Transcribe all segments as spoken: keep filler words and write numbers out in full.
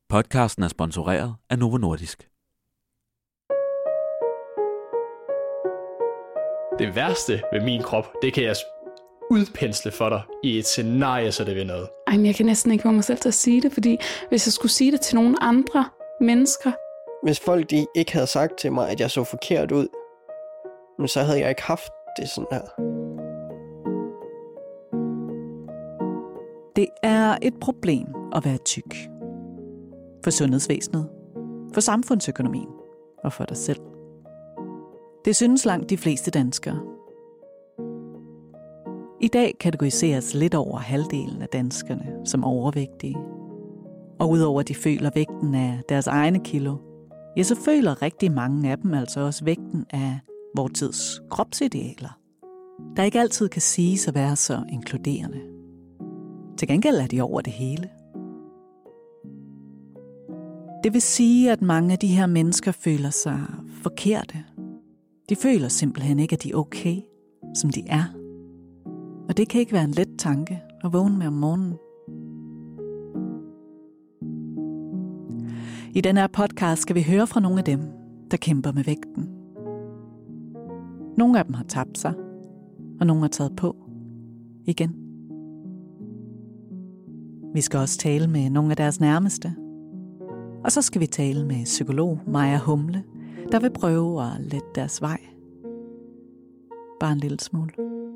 Podcasten er sponsoreret af Novo Nordisk. Det værste ved min krop, det kan jeg udpensle for dig i et scenarie, så det vil noget. Ej, men jeg kan næsten ikke få mig selv til at sige det, fordi hvis jeg skulle sige det til nogle andre mennesker... Hvis folk de ikke havde sagt til mig, at jeg så forkert ud, så havde jeg ikke haft det sådan her. Det er et problem at være tyk. For sundhedsvæsenet, for samfundsøkonomien og for dig selv. Det synes langt de fleste danskere. I dag kategoriseres lidt over halvdelen af danskerne som overvægtige. Og udover at de føler vægten af deres egne kilo, ja, så føler rigtig mange af dem altså også vægten af vor tids kropsidealer, der ikke altid kan siges at være så inkluderende. Til gengæld er de over det hele. Det vil sige, at mange af de her mennesker føler sig forkerte. De føler simpelthen ikke, at de er okay, som de er. Og det kan ikke være en let tanke at vågne med om morgenen. I denne her podcast skal vi høre fra nogle af dem, der kæmper med vægten. Nogle af dem har tabt sig, og nogle har taget på igen. Vi skal også tale med nogle af deres nærmeste. Og så skal vi tale med psykolog Maja Humle, der vil prøve at lette deres vej. Bare en lille smule.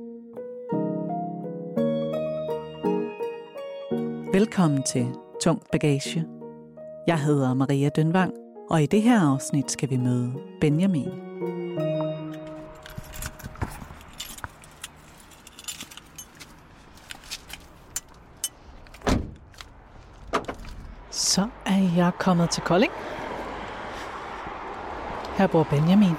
Velkommen til Tung Bagage. Jeg hedder Maria Dønvang, og i det her afsnit skal vi møde Benjamin. Så er jeg kommet til Kolding. Her bor Benjamin.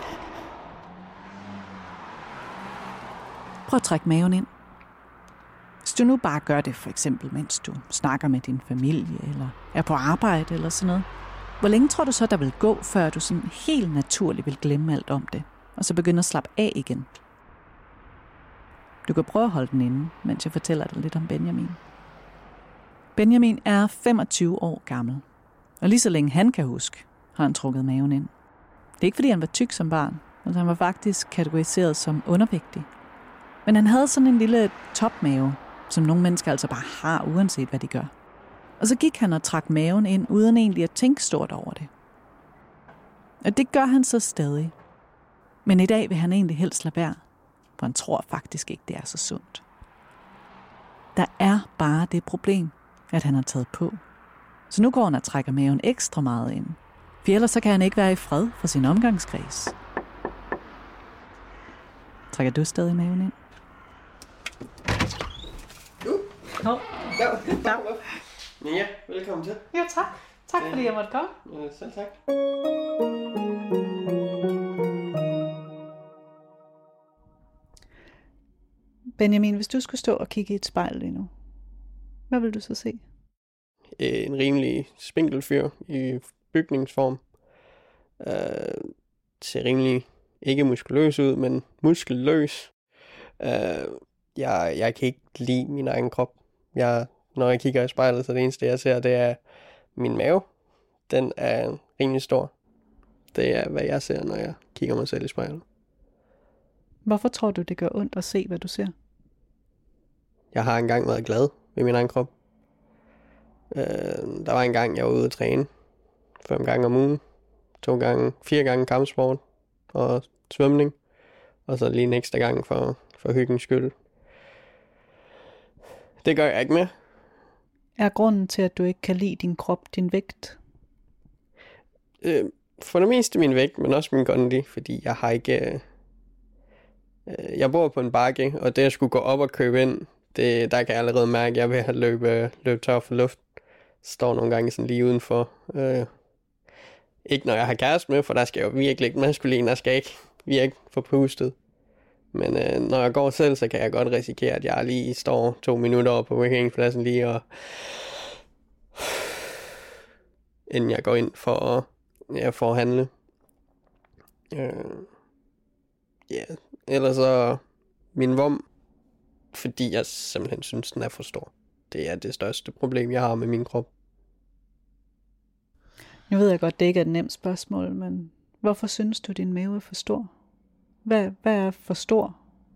Prøv at trække maven ind. Hvis du nu bare gør det, for eksempel mens du snakker med din familie, eller er på arbejde, eller sådan noget. Hvor længe tror du så, der vil gå, før du sådan helt naturligt vil glemme alt om det, og så begynder at slappe af igen? Du kan prøve at holde den inde, mens jeg fortæller dig lidt om Benjamin. Benjamin er femogtyve år gammel, og lige så længe han kan huske, har han trukket maven ind. Det er ikke fordi han var tyk som barn, men han var faktisk kategoriseret som undervægtig. Men han havde sådan en lille topmave, som nogle mennesker altså bare har, uanset hvad de gør. Og så gik han og trak maven ind, uden egentlig at tænke stort over det. Og det gør han så stadig. Men i dag vil han egentlig helst lade være, for han tror faktisk ikke, det er så sundt. Der er bare det problem, at han har taget på. Så nu går han og trækker maven ekstra meget ind. For ellers så kan han ikke være i fred for sin omgangskreds. Trækker du stadig maven ind? Du? Hov. Ja, ja. Ja, velkommen til. Ja, tak. Tak fordi jeg måtte komme. Ja, selv tak. Benjamin, hvis du skulle stå og kigge i et spejl lige nu, hvad vil du så se? En rimelig spinkel fyr i bygningsform. Uh, ser rimelig ikke muskuløs ud, men muskelløs. Uh, jeg, jeg kan ikke lide min egen krop. Jeg, når jeg kigger i spejlet, så det eneste jeg ser, det er min mave. Den er rimelig stor. Det er, hvad jeg ser, når jeg kigger mig selv i spejlet. Hvorfor tror du, det gør ondt at se, hvad du ser? Jeg har engang været glad ved min egen krop. Uh, der var en gang, jeg var ude at træne. Fem gange om ugen. To gange, fire gange kampsport og svømning. Og så lige en ekstra gang for, for hyggens skyld. Det gør jeg ikke mere. Er grunden til, at du ikke kan lide din krop, din vægt? Øh, for det meste min vægt, men også min kondi, fordi jeg har ikke... Øh, jeg bor på en bakke, og det at skulle gå op og købe ind, det, der kan jeg allerede mærke, at jeg er ved at løbe, løbe tør for luft. Står nogle gange sådan lige udenfor. Øh, ikke når jeg har kæreste med, for der skal jeg jo virkelig ikke maskulin, der skal ikke virke forpustet. Men øh, når jeg går selv, så kan jeg godt risikere, at jeg lige står to minutter op på parkeringspladsen lige og... inden jeg går ind for at, ja, for at handle. Øh, ja, ellers så min vom, fordi jeg simpelthen synes, den er for stor. Det er det største problem, jeg har med min krop. Jeg ved jeg godt, det ikke er et nemt spørgsmål, men hvorfor synes du, din mave er for stor? Hvad, hvad er for stor?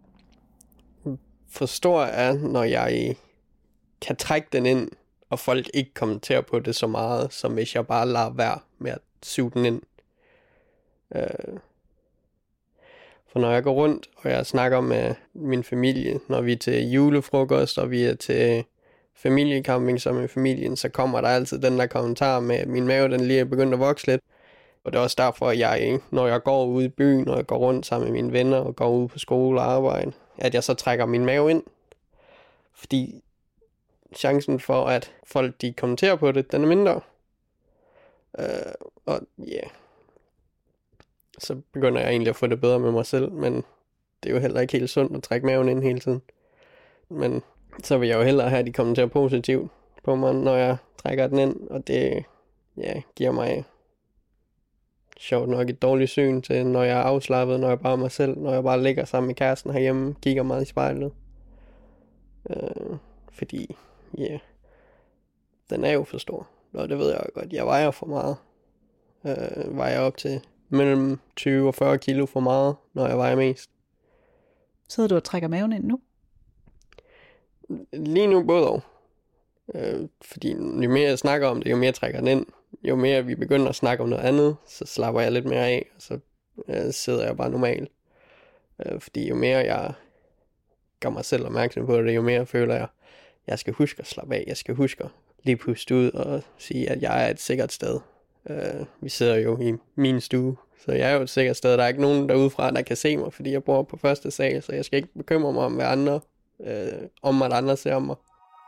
For stor er, når jeg kan trække den ind, og folk ikke kommenterer på det så meget, som hvis jeg bare lader være med at suge den ind. Øh. For når jeg går rundt, og jeg snakker med min familie, når vi er til julefrokost, og vi er til familiecamping som med familien, så kommer der altid den der kommentar med, at min mave den lige er begyndt at vokse lidt. Og det er også derfor, at jeg, når jeg går ud i byen, og jeg går rundt sammen med mine venner, og går ud på skole og arbejde, at jeg så trækker min mave ind. Fordi chancen for, at folk de kommenterer på det, den er mindre. Øh, og ja, yeah. Så begynder jeg egentlig at få det bedre med mig selv, men det er jo heller ikke helt sundt at trække maven ind hele tiden. Men så vil jeg jo hellere have, at de kommenterer positivt på mig, når jeg trækker den ind, og det ja, giver mig sjovt nok et dårligt syn til, når jeg er afslappet, når jeg bare er mig selv, når jeg bare ligger sammen med kæresten herhjemme, kigger meget i spejlet. Øh, fordi, ja, yeah, den er jo for stor, og det ved jeg jo godt. Jeg vejer for meget. Øh, vejer op til mellem tyve og fyrre kilo for meget, når jeg vejer mest. Sidder du og trækker maven ind nu? Lige nu både og. Øh, fordi jo mere jeg snakker om det, jo mere jeg trækker den ind. Jo mere vi begynder at snakke om noget andet, så slapper jeg lidt mere af, og så øh, sidder jeg bare normalt. Øh, fordi jo mere jeg gør mig selv opmærksom på det, jo mere føler jeg, jeg skal huske at slappe af. Jeg skal huske at lige puste ud og sige, at jeg er et sikkert sted. Øh, vi sidder jo i min stue, så jeg er jo et sikkert sted. Der er ikke nogen derudefra, der kan se mig, fordi jeg bor på første sal, så jeg skal ikke bekymre mig om, hvad andre, øh, om at andre ser mig.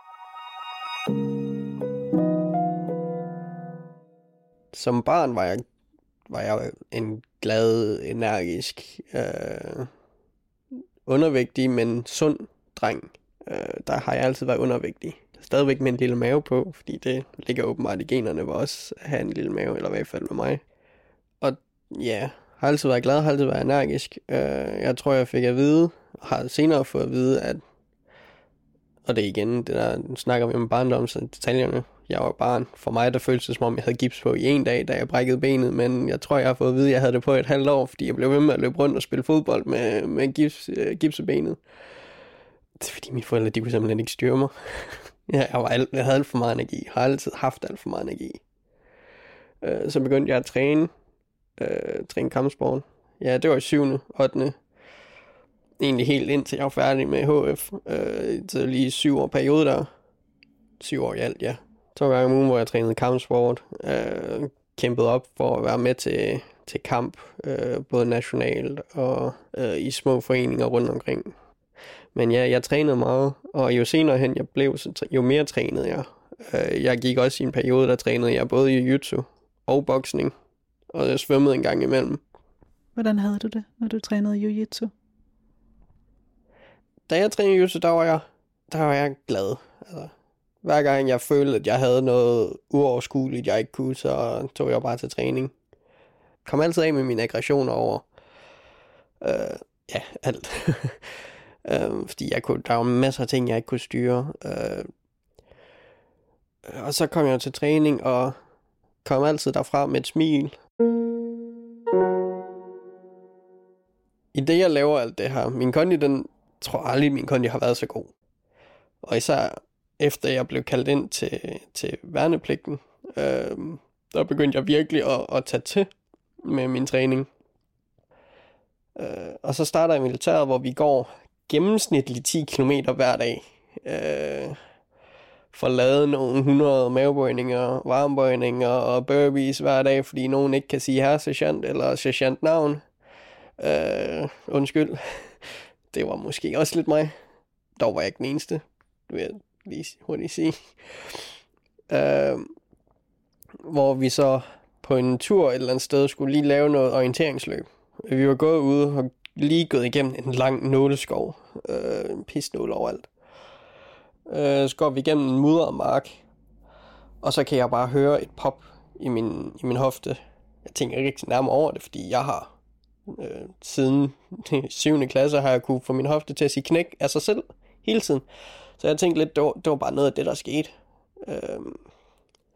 Som barn var jeg, var jeg en glad, energisk, øh, undervægtig, men sund dreng. Øh, der har jeg altid været undervægtig. Stadigvæk med en lille mave på, fordi det ligger åbenbart i generne for os at have en lille mave, eller i hvert fald med mig. Og ja, har altid været glad, har altid været energisk. Øh, jeg tror, jeg fik at vide, og har senere fået at vide, at, og det er igen, det der, nu snakker vi om barndoms og detaljerne. Jeg var barn. For mig, der føltes det, som om jeg havde gips på i en dag, da jeg brækkede benet, men jeg tror, jeg har fået at vide, at jeg havde det på et halvt år, fordi jeg blev ved med at løbe rundt og spille fodbold med, med gips, øh, gipsebenet. Det er fordi mine forældre, de kunne simpelthen ikke styre mig. Ja, jeg, var alt, jeg havde alt for meget energi. Jeg har altid haft alt for meget energi. Øh, så begyndte jeg at træne. Øh, træne kampsport. Ja, det var i syvende, ottende Egentlig helt indtil jeg var færdig med H F. Øh, så lige syv år periode der. Syv år i alt, ja. To gange om ugen, hvor jeg trænede kampsport. Øh, kæmpede op for at være med til, til kamp. Øh, både nationalt og øh, i små foreninger rundt omkring. Men ja, jeg trænede meget, og jo senere hen jeg blev, jo mere trænede jeg. Jeg gik også i en periode, der trænede jeg både i jiu-jitsu og boksning, og jeg svømmede en gang imellem. Hvordan havde du det, når du trænede jiu-jitsu? Da jeg trænede jiu-jitsu, der var jeg, der var jeg glad. Altså, hver gang jeg følte, at jeg havde noget uoverskueligt, jeg ikke kunne, så tog jeg bare til træning. Kom altid af med mine aggressioner over øh, ja, alt. Uh, fordi jeg kunne, der var masser af ting, jeg ikke kunne styre. Uh, og så kom jeg til træning, og kom altid derfra med et smil. I det, jeg laver alt det her, min kondi, den tror aldrig, min kondi har været så god. Og især efter jeg blev kaldt ind til, til værnepligten, uh, der begyndte jeg virkelig at, at tage til med min træning. Uh, og så starter jeg i militæret, hvor vi går gennemsnitligt ti kilometer hver dag. Øh, får lavet nogle hundrede mavebøjninger, varmbøjninger og burpees hver dag, fordi nogen ikke kan sige herre sergeant eller sergeant navn. Øh, undskyld. Det var måske også lidt mig. Dog var jeg ikke den eneste. Det vil jeg lige hurtigt sige. Øh, hvor vi så på en tur et eller andet sted skulle lige lave noget orienteringsløb. Vi var gået ude og lige gået igennem en lang nåleskov. Øh, en pisnål overalt. Øh, så går vi igennem en mudret mark. Og så kan jeg bare høre et pop i min, i min hofte. Jeg tænker ikke rigtig nærmere over det, fordi jeg har øh, siden syvende klasse har jeg kunne få min hofte til at sige knæk af sig selv hele tiden. Så jeg tænkte lidt, det var, det var bare noget af det, der skete. Øh,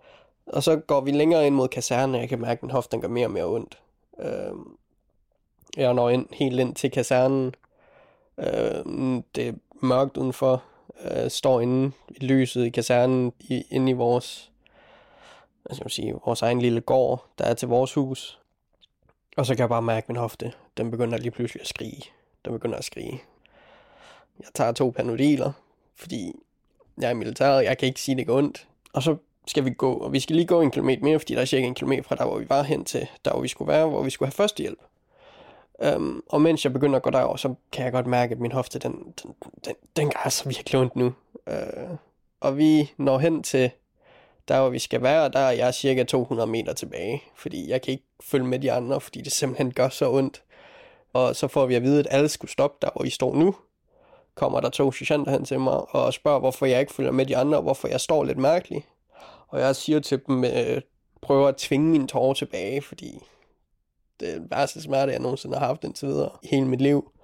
Og så går vi længere ind mod kasernen, og jeg kan mærke, at min hofte den gør mere og mere ondt. Øh, jeg når ind, helt ind til kasernen. Øh, det er mørkt udenfor. Jeg står inde i lyset i kasernen, i, inde i vores, hvad skal man sige, vores egen lille gård, der er til vores hus. Og så kan jeg bare mærke, at min hofte, den begynder lige pludselig at skrige. Den begynder at skrige. Jeg tager to Panodiler, fordi jeg er i militæret, jeg kan ikke sige, det går ondt. Og så skal vi gå, og vi skal lige gå en kilometer mere, fordi der er cirka en kilometer fra der, hvor vi var hen til, der hvor vi skulle være, hvor vi skulle have førstehjælp. Um, og mens jeg begynder at gå derover, så kan jeg godt mærke, at min hofte, den, den, den, den gør så virkelig ondt nu. Uh, og vi når hen til der, hvor vi skal være, der er jeg cirka to hundrede meter tilbage, fordi jeg kan ikke følge med de andre, fordi det simpelthen gør så ondt. Og så får vi at vide, at alle skulle stoppe der, hvor I står nu. Kommer der to sergeanter hen til mig og spørger, hvorfor jeg ikke følger med de andre, og hvorfor jeg står lidt mærkeligt. Og jeg siger til dem, øh, prøver at tvinge mine tårer tilbage, fordi det er den værste smerte, jeg nogensinde har haft indtil videre i hele mit liv.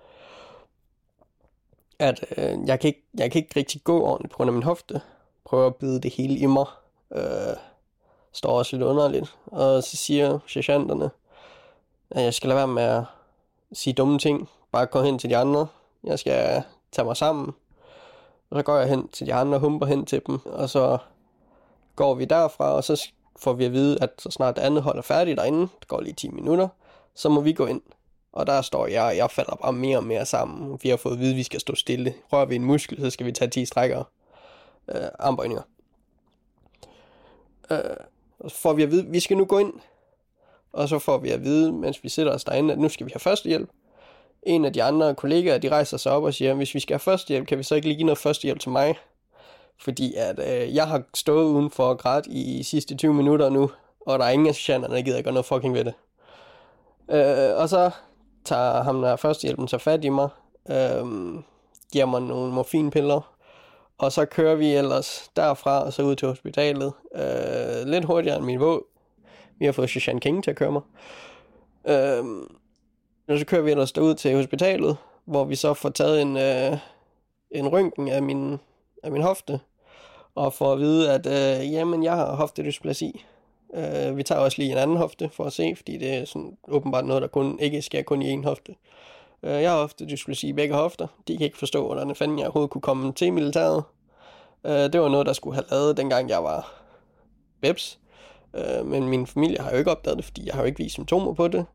At øh, jeg, kan ikke, jeg kan ikke rigtig gå ordentligt på grund af min hofte. Prøver at bide det hele i mig. Øh, står også lidt underligt. Og så siger sergeanterne, at jeg skal lade være med at sige dumme ting. Bare gå hen til de andre. Jeg skal tage mig sammen. Og så går jeg hen til de andre, humper hen til dem. Og så går vi derfra, og så får vi at vide, at så snart det andet hold er færdigt derinde, det går lige ti minutter, så må vi gå ind. Og der står jeg, og jeg falder bare mere og mere sammen. Vi har fået at vide, at vi skal stå stille. Rører vi en muskel, så skal vi tage ti strækker. Øh, armbøjninger. Øh, og så får vi at vide, at vi skal nu gå ind. Og så får vi at vide, mens vi sidder os derinde, at nu skal vi have førstehjælp. En af de andre kollegaer, de rejser sig op og siger, hvis vi skal have førstehjælp, kan vi så ikke lige give noget førstehjælp til mig? Fordi at øh, jeg har stået udenfor og grædt i sidste tyve minutter nu, og der er ingen af sergeanterne, der gider gøre noget fucking ved det. Øh, og så tager ham der førstehjælpen så fat i mig, øh, giver mig nogle morfinpiller, og så kører vi ellers derfra og så ud til hospitalet. Øh, lidt hurtigere end min våg. Vi har fået Sergeant King til at køre mig. Øh, og så kører vi ellers derud til hospitalet, hvor vi så får taget en, øh, en røntgen af min, af min hofte, og får at vide, at øh, jamen, jeg har hoftedysplasi. Øh, vi tager også lige en anden hofte for at se, fordi det er sådan åbenbart noget, der kun ikke sker kun i en hofte. Øh, jeg har hoftedysplasi i begge hofter. De kan ikke forstå, hvordan fanden jeg overhovedet kunne komme til militæret. Øh, det var noget, der skulle have lavet, dengang jeg var bebs. Øh, men min familie har jo ikke opdaget det, fordi jeg har jo ikke vist symptomer på det.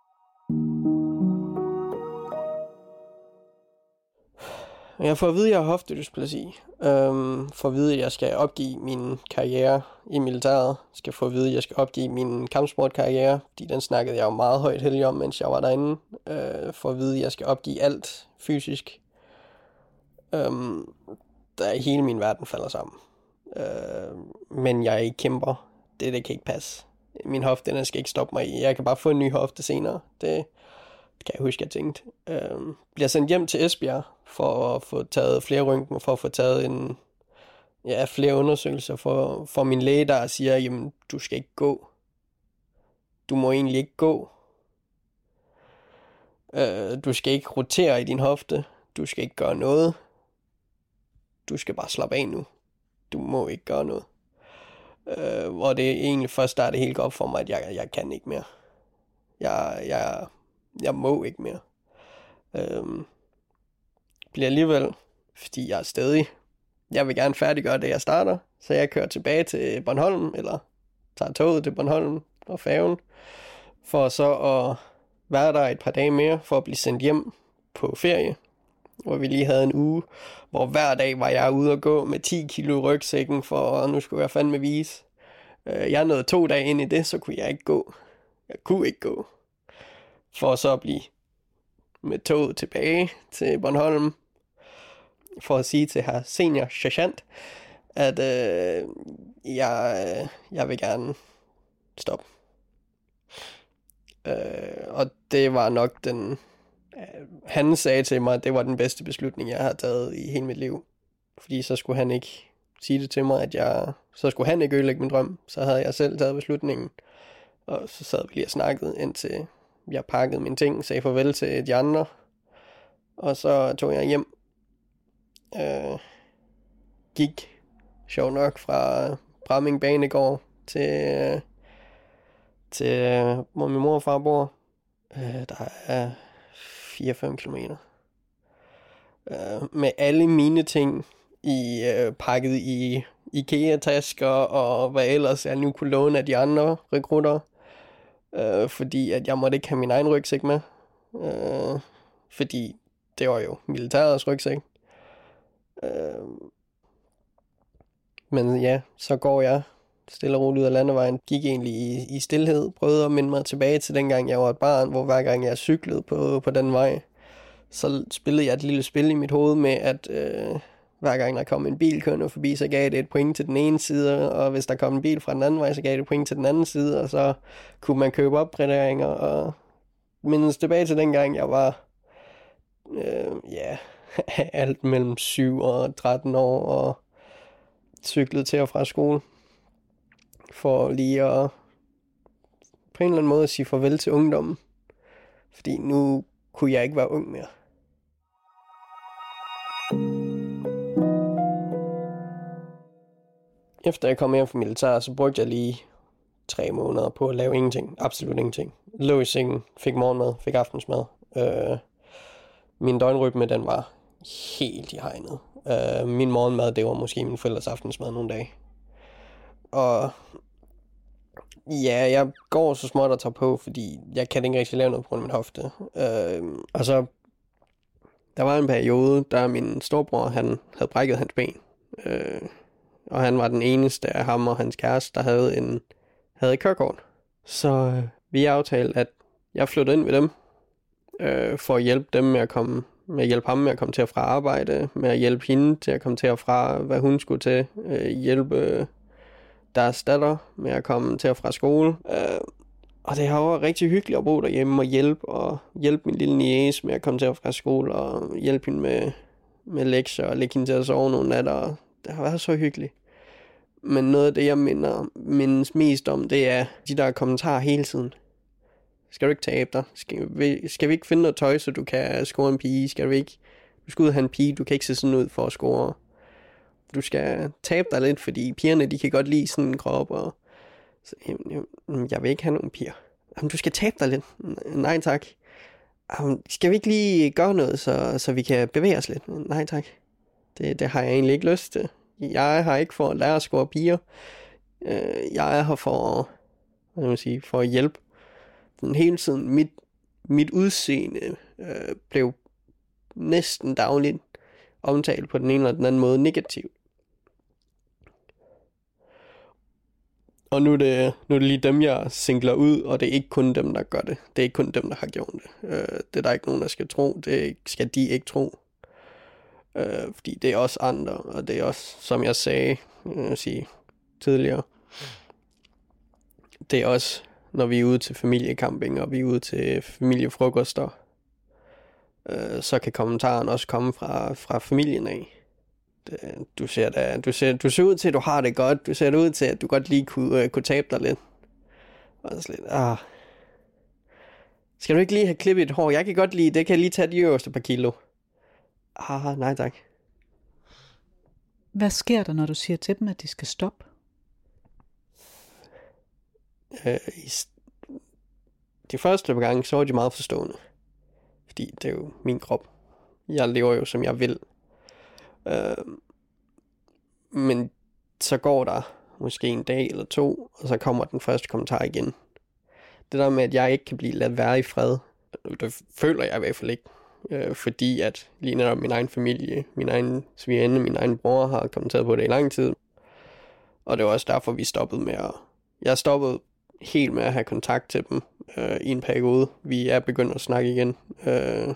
Jeg får at vide, at jeg har hoftedysplasi. Øhm, får at vide, at jeg skal opgive min karriere i militæret. Skal få at vide, at jeg skal opgive min kampsportkarriere, fordi den snakkede jeg jo meget højt heldig om, mens jeg var derinde. Øh, får at vide, at jeg skal opgive alt fysisk. Øhm, der er hele min verden falder sammen. Øh, men jeg ikke kæmper. Det, det kan ikke passe. Min hofte, den skal ikke stoppe mig i. Jeg kan bare få en ny hofte senere. Det kan jeg huske, jeg tænkte. Øh, bliver sendt hjem til Esbjerg for at få taget flere røntgen, for at få taget en, ja, flere undersøgelser for, for min læge, der siger, jamen, du skal ikke gå. Du må egentlig ikke gå. Øh, du skal ikke rotere i din hofte. Du skal ikke gøre noget. Du skal bare slappe af nu. Du må ikke gøre noget. Øh, og det er egentlig først, der er det helt godt for mig, at jeg, jeg kan ikke mere. Jeg, jeg, jeg må ikke mere. Øh, bliver alligevel, fordi jeg er stedig. Jeg vil gerne færdiggøre det, jeg starter. Så jeg kører tilbage til Bornholm, eller tager toget til Bornholm og færgen, for så at være der et par dage mere, for at blive sendt hjem på ferie, hvor vi lige havde en uge, hvor hver dag var jeg ude og gå med ti kilo i rygsækken, for nu skulle jeg fandme vise. Jeg nåede to dage ind i det, så kunne jeg ikke gå. Jeg kunne ikke gå. For så at blive med toget tilbage til Bornholm, for at sige til her senior sergeant, at øh, jeg, jeg vil gerne stoppe. Øh, og det var nok den... Øh, han sagde til mig, at det var den bedste beslutning, jeg har taget i hele mit liv. Fordi så skulle han ikke sige det til mig, at jeg... Så skulle han ikke ødelægge min drøm. Så havde jeg selv taget beslutningen. Og så sad vi lige og snakkede, indtil jeg pakkede mine ting, sagde farvel til de andre. Og så tog jeg hjem. Øh, gik sjov nok fra Bramming Banegård til, til hvor min mor og far bor. Øh, der er fire til fem kilometer. Øh, med alle mine ting i øh, pakket i IKEA-tasker og hvad ellers jeg nu kunne låne af de andre rekrutter. Øh, fordi at jeg måtte ikke have min egen rygsæk med. Øh, fordi det var jo militærets rygsæk. Øh, men ja, så går jeg stille og roligt ud af landevejen. Gik egentlig i, i stillhed. Prøvede at minde mig tilbage til dengang jeg var et barn, hvor hver gang jeg cyklede på, på den vej, så spillede jeg et lille spil i mit hoved med, at øh, hver gang der kom en bil kørende forbi, så gav det et point til den ene side, og hvis der kom en bil fra den anden vej, så gav det et point til den anden side, og så kunne man købe opgraderinger, og mindes tilbage til dengang jeg var øh, ja, alt mellem syv og tretten år, og cyklede til og fra skole, for lige at på en eller anden måde sige farvel til ungdommen, fordi nu kunne jeg ikke være ung mere. Efter jeg kom hjem fra militær, så brugte jeg lige tre måneder på at lave ingenting. Absolut ingenting. Lå i sengen, fik morgenmad, fik aftensmad. Øh, min døgnrytme, den var helt i hegnet. Øh, min morgenmad, det var måske min forældres aftensmad nogle dage. Og ja, jeg går så småt og tager på, fordi jeg kan ikke rigtig lave noget på grund af min hofte. Øh, og så, der var en periode, der min storebror, han havde brækket hans ben. Øh, og han var den eneste af ham og hans kæreste, der havde en havde et kørekort. Så øh, vi aftalte, at jeg flyttede ind ved dem, øh, for at hjælpe dem med at komme, med at hjælpe ham med at komme til og fra arbejde, med at hjælpe hende til at komme til og fra, hvad hun skulle til, øh, hjælpe øh, deres datter med at komme til og fra skole. Øh, og det har været rigtig hyggeligt at bo derhjemme og hjælpe, og hjælpe min lille niece med at komme til og fra skole, og hjælpe hende med, med lektier, og lægge hende til at sove nogle natter. Det har været så hyggeligt. Men noget af det, jeg minder, mindes mest om, det er de der kommentarer hele tiden. Skal du ikke tabe dig? Skal vi, skal vi ikke finde noget tøj, så du kan score en pige? Skal vi ikke? Du skal ud og have en pige, du kan ikke se sådan ud for at score. Du skal tabe dig lidt, fordi pigerne, de kan godt lide sådan en krop. Og så, jamen, jeg vil ikke have nogen piger. Jamen, du skal tabe dig lidt. Nej tak. Jamen, skal vi ikke lige gøre noget, så, så vi kan bevæge os lidt? Nej tak. Det, det har jeg egentlig ikke lyst til. Jeg er her ikke for at lære at score piger. Jeg er her for, hvad skal man sige, for at hjælpe. Den hele tiden, mit, mit udseende øh, blev næsten dagligt omtalt på den ene eller den anden måde negativt. Og nu er, det, nu er det lige dem, jeg singler ud, og det er ikke kun dem, der gør det. Det er ikke kun dem, der har gjort det. Øh, det er der ikke nogen, der skal tro. Det skal de ikke tro. Øh, fordi det er også andre, og det er også, som jeg sagde jeg sige, tidligere, det er også, når vi er ude til familiecamping, og vi er ude til familiefrokoster, øh, så kan kommentaren også komme fra, fra familien af. Det, du, ser da, du, ser, du ser ud til, at du har det godt, du ser ud til, at du godt lige kunne, uh, kunne tabe dig lidt. Og så lidt, ah. Skal du ikke lige have klippet et hår? Jeg kan godt lide, det kan jeg lige tage de øverste par kilo. Ah, nej tak. Hvad sker der, når du siger til dem, at de skal stoppe? Øh, de første par gange, så var de meget forstående. Fordi det er jo min krop. Jeg lever jo, som jeg vil. Øh, men så går der måske en dag eller to, og så kommer den første kommentar igen. Det der med, at jeg ikke kan blive ladt være i fred, det føler jeg i hvert fald ikke. Øh, fordi at lige netop min egen familie, min egen svigerinde, min egen bror har kommenteret på det i lang tid. Og det var også derfor, vi stoppede med at... Jeg stoppede helt med at have kontakt til dem øh, i en periode. Vi er begyndt at snakke igen. Øh.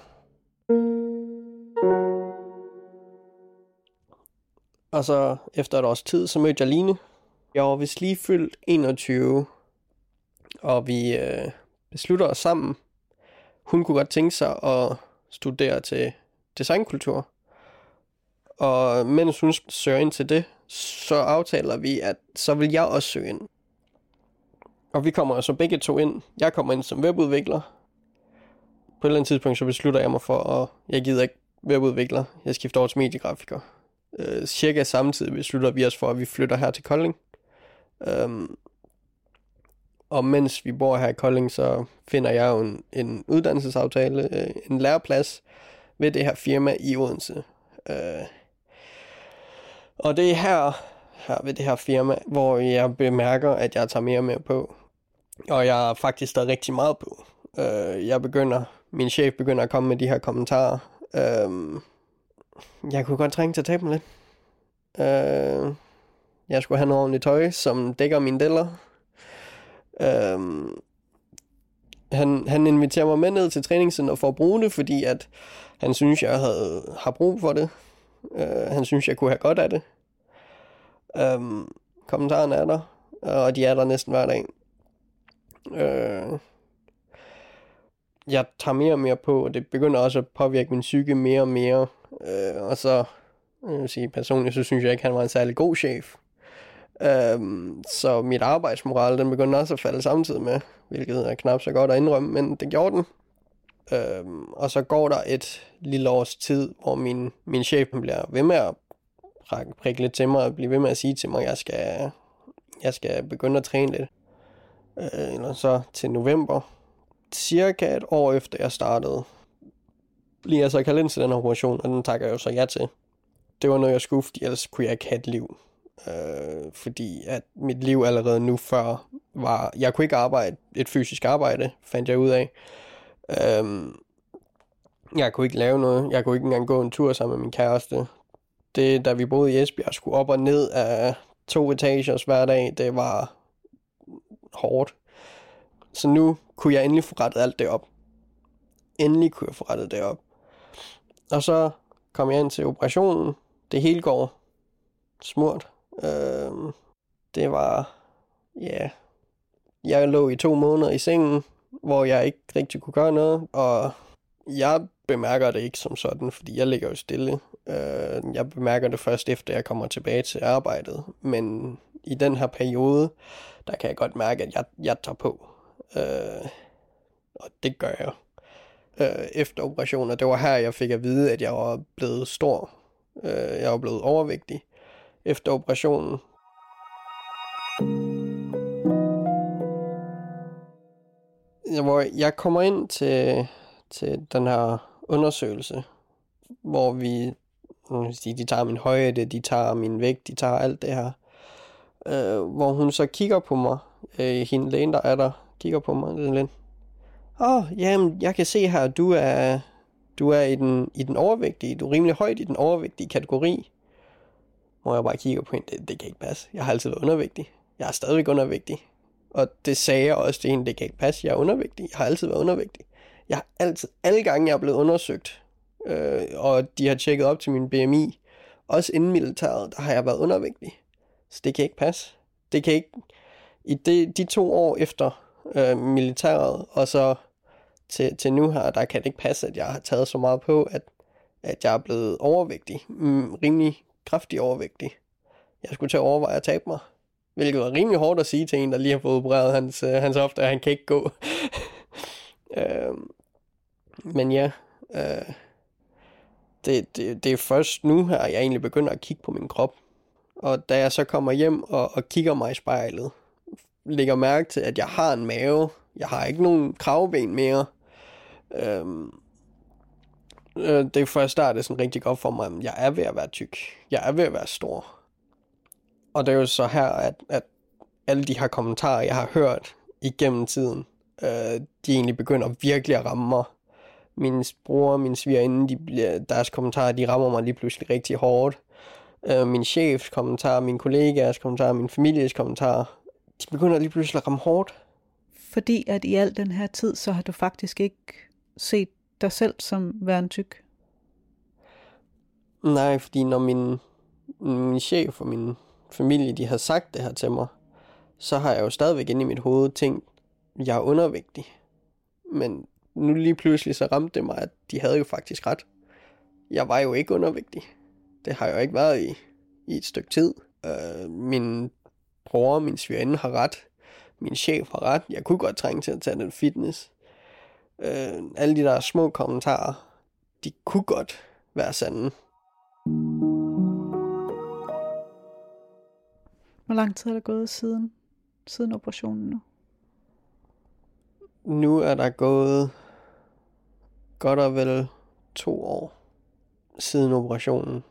Og så efter et års tid, så mødte jeg Line. Jeg var vist lige fyldt enogtyve, og vi øh, beslutter os sammen. Hun kunne godt tænke sig at studere til designkultur. Og mens hun søger ind til det, så aftaler vi, at så vil jeg også søge ind. Og vi kommer så begge to ind. Jeg kommer ind som webudvikler. På et eller andet tidspunkt, så beslutter jeg mig for, at jeg gider ikke webudvikler. Jeg skifter over til mediegrafiker. Øh, cirka samtidig beslutter vi os for, at vi flytter her til Kolding. Øhm, Og mens vi bor her i Kolding, så finder jeg jo en, en uddannelsesaftale, øh, en læreplads ved det her firma i Odense. Øh, og det er her, her ved det her firma, hvor jeg bemærker, at jeg tager mere og mere på. Og jeg er faktisk der rigtig meget på. Øh, jeg begynder, min chef begynder at komme med de her kommentarer. Øh, jeg kunne godt trænge til at tabe mig lidt. Øh, jeg skulle have noget ordentligt tøj, som dækker mine deller. Øh, han, han inviterer mig med ned til træningscenter for at bruge det, fordi at han synes, jeg havde, har brug for det. Øh, han synes, jeg kunne have godt af det. Øh, kommentarerne er der, og de er der næsten hver dag. Øh, jeg tager mere og mere på, og det begynder også at påvirke min psyke mere og mere. Øh, og så, jeg vil sige personligt, så synes jeg ikke, han var en særlig god chef. Øh, så mit arbejdsmoral, den begynder også at falde samtidig med, hvilket er knap så godt at indrømme, men det gjorde den. Øh, og så går der et lille års tid, hvor min, min chef bliver ved med at prikke lidt til mig, og blive ved med at sige til mig, at jeg skal, jeg skal begynde at træne lidt. Øh, eller så til november, cirka et år efter jeg startede, bliver jeg så kaldt ind til den her operation, og den takker jeg jo så ja til. Det var noget, jeg skulle, fordi ellers kunne jeg ikke have et liv. Øh, fordi at mit liv allerede nu før var, jeg kunne ikke arbejde, et fysisk arbejde, fandt jeg ud af. Øh, jeg kunne ikke lave noget, jeg kunne ikke engang gå en tur sammen med min kæreste. Det, da vi boede i Esbjerg, skulle op og ned af to etagers hver dag, det var hårdt. Så nu kunne jeg endelig få rettet alt det op. Endelig kunne jeg få rettet det op. Og så kom jeg ind til operationen. Det hele går smurt. Øh, det var, ja, jeg lå i to måneder i sengen, hvor jeg ikke rigtig kunne gøre noget, og jeg bemærker det ikke som sådan, fordi jeg ligger jo stille. Øh, jeg bemærker det først efter, jeg kommer tilbage til arbejdet, men i den her periode, der kan jeg godt mærke, at jeg, jeg tager på. Øh, og det gør jeg. Øh, efter operationen, og det var her, jeg fik at vide, at jeg var blevet stor. Øh, jeg var blevet overvægtig efter operationen. Hvor jeg kommer ind til, til den her undersøgelse, hvor vi, de tager min højde, de tager min vægt, de tager alt det her. Øh, hvor hun så kigger på mig, øh, hende lægen, der er der, kigger på mig lidt. Åh, oh, jamen, jeg kan se her, at du er, du er i den, i den overvægtige, du er rimelig højt i den overvægtige kategori. Hvor jeg bare kigger på hende, det, det kan ikke passe. Jeg har altid været undervægtig. Jeg er stadigvæk undervægtig. Og det sagde jeg også til hende, det kan ikke passe. Jeg er undervægtig. Jeg har altid været undervægtig. Jeg har altid, alle gange jeg er blevet undersøgt, øh, og de har tjekket op til min B M I, også inden militæret, der har jeg været undervægtig. Så det kan ikke passe. Det kan ikke, i de, de to år efter øh, militæret, og så til, til nu her, der kan det ikke passe, at jeg har taget så meget på, at, at jeg er blevet overvægtig. Mm, rimelig kraftig overvægtig. Jeg skulle til at overveje at tabe mig. Hvilket var rimelig hårdt at sige til en, der lige har fået opereret hans, øh, hans hofte, at han kan ikke gå. øh, men ja, øh, det, det, det er først nu her, jeg egentlig begynder at kigge på min krop. Og da jeg så kommer hjem og, og kigger mig i spejlet, lægger mærke til, at jeg har en mave. Jeg har ikke nogen kravben mere. Øh, øh, det er først der, det er sådan rigtig godt for mig, at jeg er ved at være tyk. Jeg er ved at være stor. Og det er jo så her, at, at alle de her kommentarer, jeg har hørt igennem tiden, øh, de egentlig begynder virkelig at ramme mig. Min bror, min svigerinde, de bliver, deres kommentarer, de rammer mig lige pludselig rigtig hårdt. Øh, min chefs kommentarer, mine kollegaers kommentarer, min families kommentarer, de begynder lige pludselig at ramme hårdt. Fordi at i al den her tid, så har du faktisk ikke set dig selv som værende tyk? Nej, fordi når min, min chef og min familie, de har sagt det her til mig, så har jeg jo stadigvæk inde i mit hoved tænkt, jeg er undervægtig. Men nu lige pludselig så ramte det mig, at de havde jo faktisk ret. Jeg var jo ikke undervægtig. Det har jeg jo ikke været i, i et stykke tid. Øh, min bror og min svigerinde har ret. Min chef har ret. Jeg kunne godt trænge til at tage den fitness. Øh, alle de der små kommentarer, de kunne godt være sande. Hvor lang tid er der gået siden, siden operationen nu? nu er der gået godt og vel to år siden operationen.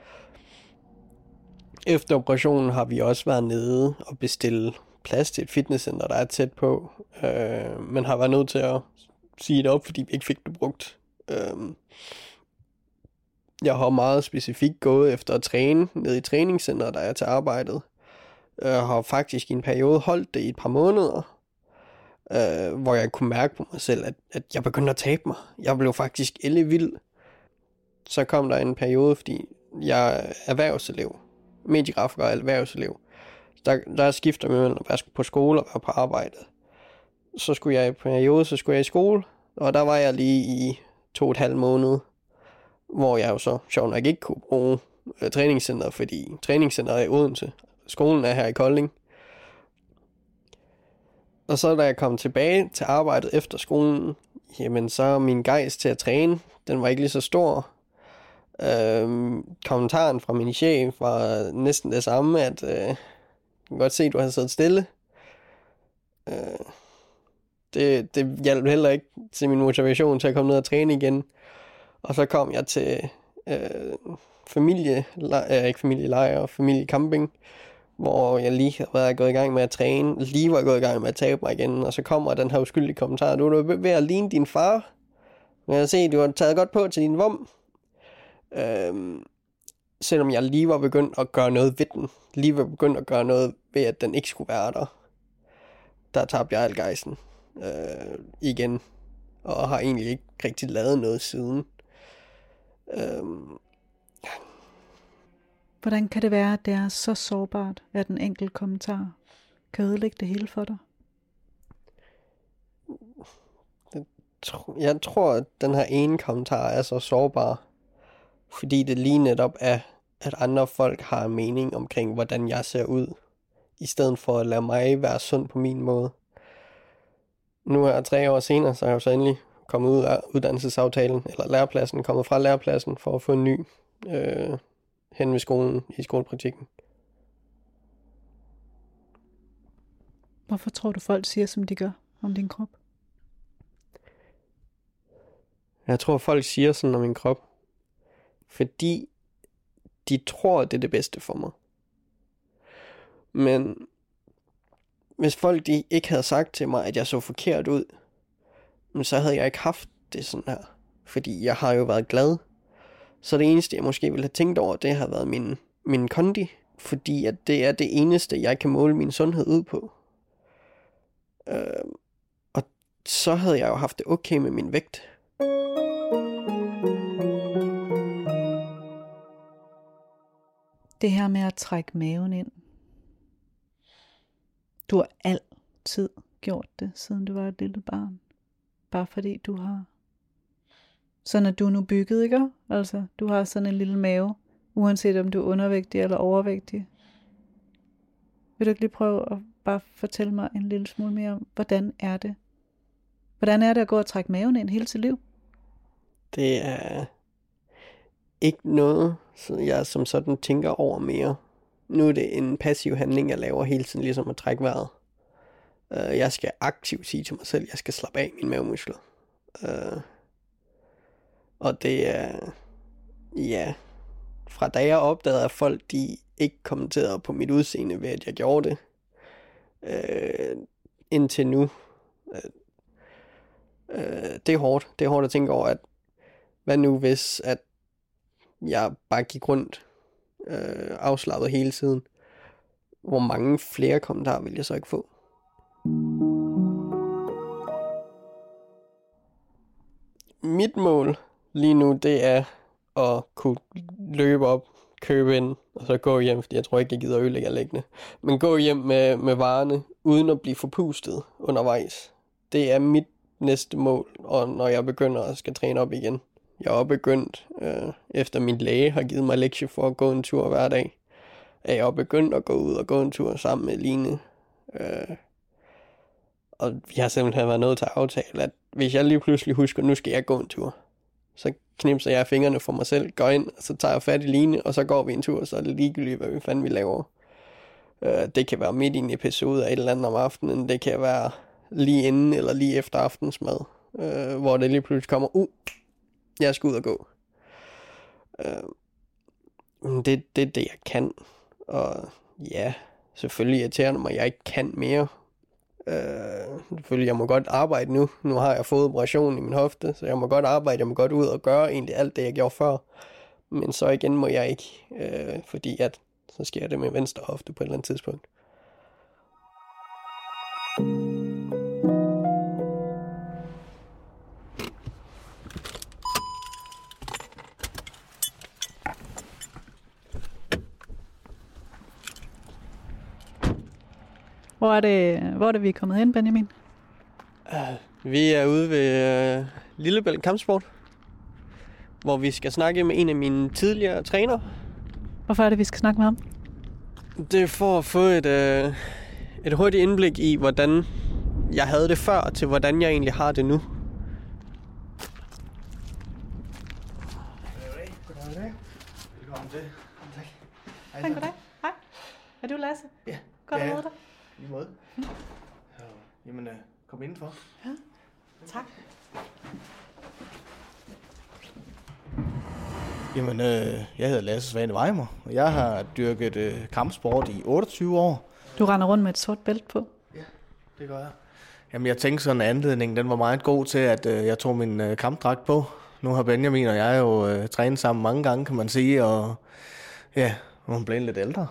Efter operationen har vi også været nede og bestilt plads til et fitnesscenter, der er tæt på, øh, men har været nødt til at sige det op, fordi vi ikke fik det brugt. Øh, jeg har meget specifikt gået efter at træne nede i træningscenteret, der er til arbejdet. Jeg har faktisk i en periode holdt det i et par måneder, øh, hvor jeg kunne mærke på mig selv, at, at jeg begyndte at tabe mig. Jeg blev faktisk ellevild. Så kom der en periode, fordi jeg er erhvervselev, mediegrafiker og erhvervselev. Der, der skifter jeg mellem at være på skole og være på arbejde. Så skulle jeg i periode, så skulle jeg i skole, og der var jeg lige i to og et halvt måned, hvor jeg jo så sjovt nok ikke kunne bruge øh, træningscenteret, fordi træningscenteret er i Odense. Skolen er her i Kolding. Og så da jeg kom tilbage til arbejdet efter skolen, jamen så min gejst til at træne, den var ikke lige så stor. Øhm, kommentaren fra min chef var næsten det samme, at øh, jeg kan godt se, at du har siddet stille. Øh, det, det hjalp heller ikke til min motivation til at komme ned og træne igen. Og så kom jeg til øh, familie, øh, ikke familielejr, familiecamping, hvor jeg lige havde været gået i gang med at træne, lige var gået i gang med at tabe mig igen, og så kommer den her uskyldige kommentar: du er ved at ligne din far, men jeg ser, du har taget godt på til din vom. Øhm, selvom jeg lige var begyndt at gøre noget ved den, lige var begyndt at gøre noget ved, at den ikke skulle være der, der tabte jeg al gejsten øh, igen, og har egentlig ikke rigtig lavet noget siden. Øhm, Hvordan kan det være, at det er så sårbart, at en enkelt kommentar kan ødelægge det hele for dig? Jeg tror, at den her ene kommentar er så sårbar, fordi det lige netop er, at andre folk har en mening omkring, hvordan jeg ser ud, i stedet for at lade mig være sund på min måde. Nu er jeg tre år senere, så er jeg så endelig kommet ud af uddannelsesaftalen, eller lærepladsen, kommet fra lærepladsen for at få en ny øh, hen ved skolen i skolepraktikken. Hvorfor tror du, folk siger, som de gør om din krop? Jeg tror, folk siger sådan om min krop, fordi de tror, det er det bedste for mig. Men hvis folk de ikke havde sagt til mig, at jeg så forkert ud, så havde jeg ikke haft det sådan her. Fordi jeg har jo været glad. Så det eneste, jeg måske ville have tænkt over, det har været min, min kondi. Fordi at det er det eneste, jeg kan måle min sundhed ud på. Øh, og så havde jeg jo haft det okay med min vægt. Det her med at trække maven ind. Du har altid gjort det, siden du var et lille barn. Bare fordi du har. Sådan er du nu bygget, ikke? Altså, du har sådan en lille mave, uanset om du er undervægtig eller overvægtig. Vil du ikke lige prøve at bare fortælle mig en lille smule mere om, hvordan er det? Hvordan er det at gå og trække maven ind hele sit liv? Det er ikke noget, så jeg som sådan tænker over mere. Nu er det en passiv handling, jeg laver hele tiden, ligesom at trække vejret. Uh, jeg skal aktivt sige til mig selv, at jeg skal slappe af mine mavemuskler. Uh, og det er, ja, fra da jeg opdagede, at folk de ikke kommenterede på mit udseende ved, at jeg gjorde det, uh, indtil nu. Uh, uh, det er hårdt. Det er hårdt at tænke over, at hvad nu hvis, at jeg bare gik rundt øh, afslappet hele tiden. Hvor mange flere kommentarer vil jeg så ikke få? Mit mål lige nu, det er at kunne løbe op, købe ind, og så gå hjem, fordi jeg tror ikke, jeg gider ødelægge anlæggene. Men gå hjem med, med varerne, uden at blive forpustet undervejs. Det er mit næste mål, og når jeg begynder at skal træne op igen. Jeg er begyndt, øh, efter min læge har givet mig lektie for at gå en tur hver dag, at jeg er begyndt at gå ud og gå en tur sammen med Line. Øh, og vi har simpelthen været nødt til at aftale, at hvis jeg lige pludselig husker, at nu skal jeg gå en tur, så knipser jeg fingrene for mig selv, går ind, og så tager jeg fat i Line, og så går vi en tur, så er det ligegyldigt, hvad vi fanden vi laver. Øh, det kan være midt i en episode af et eller andet om aftenen, det kan være lige inden eller lige efter aftensmad, øh, hvor det lige pludselig kommer, uh, jeg skal ud og gå. Øh, det, det er det, jeg kan. Og ja, selvfølgelig irriterer det mig, at jeg ikke kan mere. Øh, selvfølgelig, jeg må godt arbejde nu. Nu har jeg fået operation i min hofte, så jeg må godt arbejde, jeg må godt ud og gøre egentlig alt det, jeg gjorde før. Men så igen må jeg ikke, øh, fordi at så sker det med venstre hofte på et eller andet tidspunkt. Hvor er det, hvor er det vi er kommet hen, Benjamin? Uh, vi er ude ved uh, Lillebælt Kampsport, hvor vi skal snakke med en af mine tidligere trænere. Hvorfor er det, vi skal snakke med ham? Det er for at få et, uh, et hurtigt indblik i, hvordan jeg havde det før, til hvordan jeg egentlig har det nu. Goddag. Goddag. Velkommen til. Tak. Hej. Hej, goddag. Hej. Er du Lasse? Ja. Godt at ja. møde dig. Lige måde. Mm. Så, jamen, uh, kom indenfor. Ja, tak. Jamen, øh, jeg hedder Lasse Svane Weimer, og jeg har dyrket øh, kampsport i otteogtyve år. Du render rundt med et sort bælte på. Ja, det gør jeg. Jamen, jeg tænkte sådan en anledning, den var meget god til, at øh, jeg tog min øh, kampdragt på. Nu har Benjamin og jeg jo øh, trænet sammen mange gange, kan man sige, og ja, hun blev lidt ældre.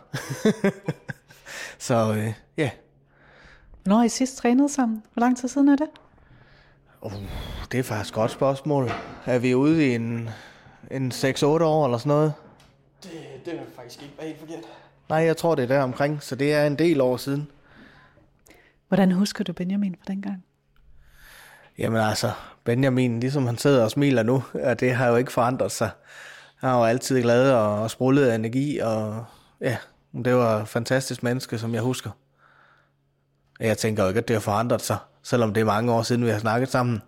Så øh, ja. Hvornår har I sidst trænet sammen? Hvor lang tid siden er det? Uh, det er faktisk et godt spørgsmål. Er vi ude i en, en seks otte år eller sådan noget? Det, det er faktisk ikke helt forkert. Nej, jeg tror, det er der omkring, så det er en del år siden. Hvordan husker du Benjamin fra dengang? Jamen altså, Benjamin, ligesom han sidder og smiler nu, og det har jo ikke forandret sig. Han har jo altid glad og, og sprudlet af energi, og ja, det var et fantastisk menneske, som jeg husker. Jeg tænker jo ikke, at det har forandret sig, selvom det er mange år siden, vi har snakket sammen.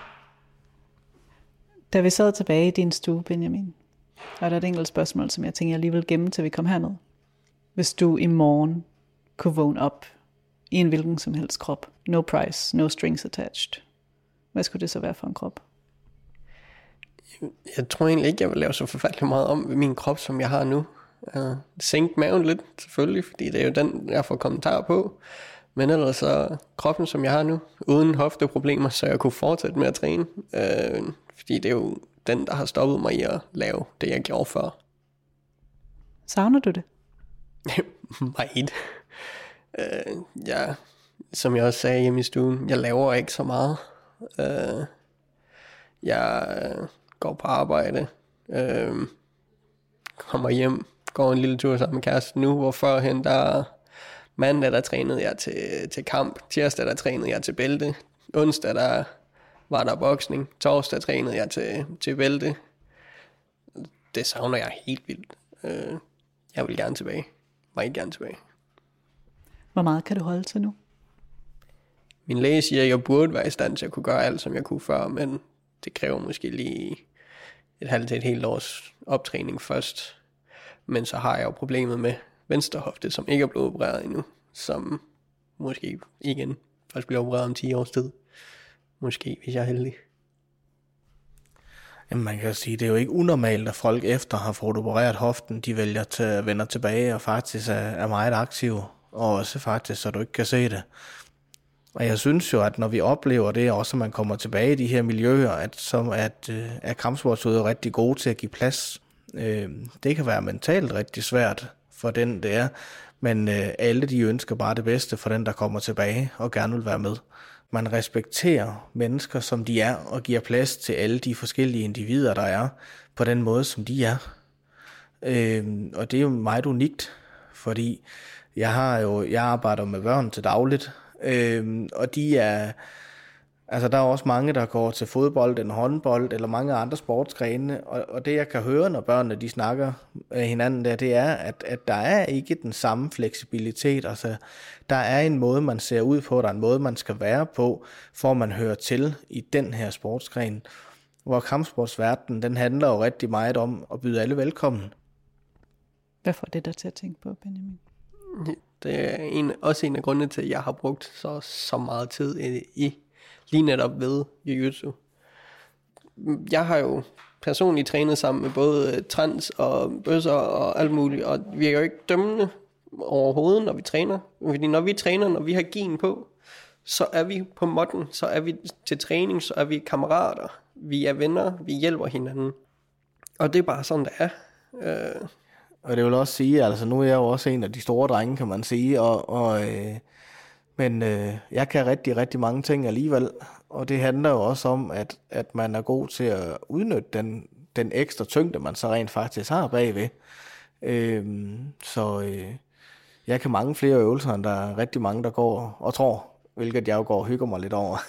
Da vi sad tilbage i din stue, Benjamin, og der er et enkelt spørgsmål, som jeg tænker, jeg lige vil gemme, til vi kom herned. Hvis du i morgen kunne vågne op i en hvilken som helst krop, no price, no strings attached, hvad skulle det så være for en krop? Jeg tror egentlig ikke, jeg vil lave så forfærdeligt meget om ved min krop, som jeg har nu. Uh, sænke maven lidt, selvfølgelig, fordi det er jo den, jeg får kommentarer på. Men ellers så kroppen, som jeg har nu, uden hofteproblemer, så jeg kunne fortsætte med at træne. Uh, fordi det er jo den, der har stoppet mig i at lave det, jeg gjorde før. Savner du det? Meget. Uh, jeg, som jeg også sagde hjemme i stuen, jeg laver ikke så meget. Uh, jeg uh, går på arbejde, uh, kommer hjem, går en lille tur sammen med kæresten nu, hvor førhen der mandag, der trænede jeg til, til kamp, tirsdag, der trænede jeg til bælte, onsdag, der var der boksning, torsdag trænede jeg til, til bælte. Det savner jeg helt vildt. Uh, jeg vil gerne tilbage. Meget gerne tilbage. Hvor meget kan du holde til nu? Min læge siger, at jeg burde være i stand til at kunne gøre alt, som jeg kunne før, men det kræver måske lige et halvt til et helt års optræning først. Men så har jeg jo problemet med venstre hofte, som ikke er blevet opereret endnu, som måske igen først bliver opereret om ti års tid. Måske, hvis jeg er heldig. Jamen man kan sige, det er jo ikke unormalt, at folk efter har fået opereret hoften, de vælger til at vende tilbage og faktisk er, er meget aktive, og også faktisk, så du ikke kan se det. Og jeg synes jo, at når vi oplever det, også at man kommer tilbage i de her miljøer, at, som at, at kampsportsudøvere er rigtig gode til at give plads. Det kan være mentalt rigtig svært for den, det er, men alle de ønsker bare det bedste for den, der kommer tilbage og gerne vil være med. Man respekterer mennesker, som de er, og giver plads til alle de forskellige individer, der er, på den måde, som de er. Øhm, og det er jo meget unikt, fordi jeg har jo, jeg arbejder med børn til dagligt, øhm, og de er, altså der er også mange, der går til fodbold, eller håndbold, eller mange andre sportsgrene, og, og det jeg kan høre, når børnene de snakker af hinanden der, det er, at, at der er ikke den samme fleksibilitet, altså der er en måde, man ser ud på, der er en måde, man skal være på, for man hører til i den her sportsgren, hvor kampsportsverdenen, den handler jo rigtig meget om at byde alle velkommen. Hvad får det der til at tænke på, Benjamin? Det er en, også en af grundene til, at jeg har brugt så, så meget tid i, i lige netop ved jiu-jitsu. Jeg har jo personligt trænet sammen med både trans og bøsser og alt muligt, og vi er jo ikke dømmende overhovedet, når vi træner. Fordi når vi træner, når vi har gien på, så er vi på måtten, så er vi til træning, så er vi kammerater, vi er venner, vi hjælper hinanden. Og det er bare sådan, det er. Øh. Og det vil også sige, altså nu er jeg jo også en af de store drenge, kan man sige, og, og øh, men øh, jeg kan rigtig, rigtig mange ting alligevel, og det handler jo også om, at, at man er god til at udnytte den, den ekstra tyngde, man så rent faktisk har bagved. Øh, så øh, jeg kan mange flere øvelser, end der er rigtig mange, der går og tror, hvilket jeg jo går og hygger mig lidt over.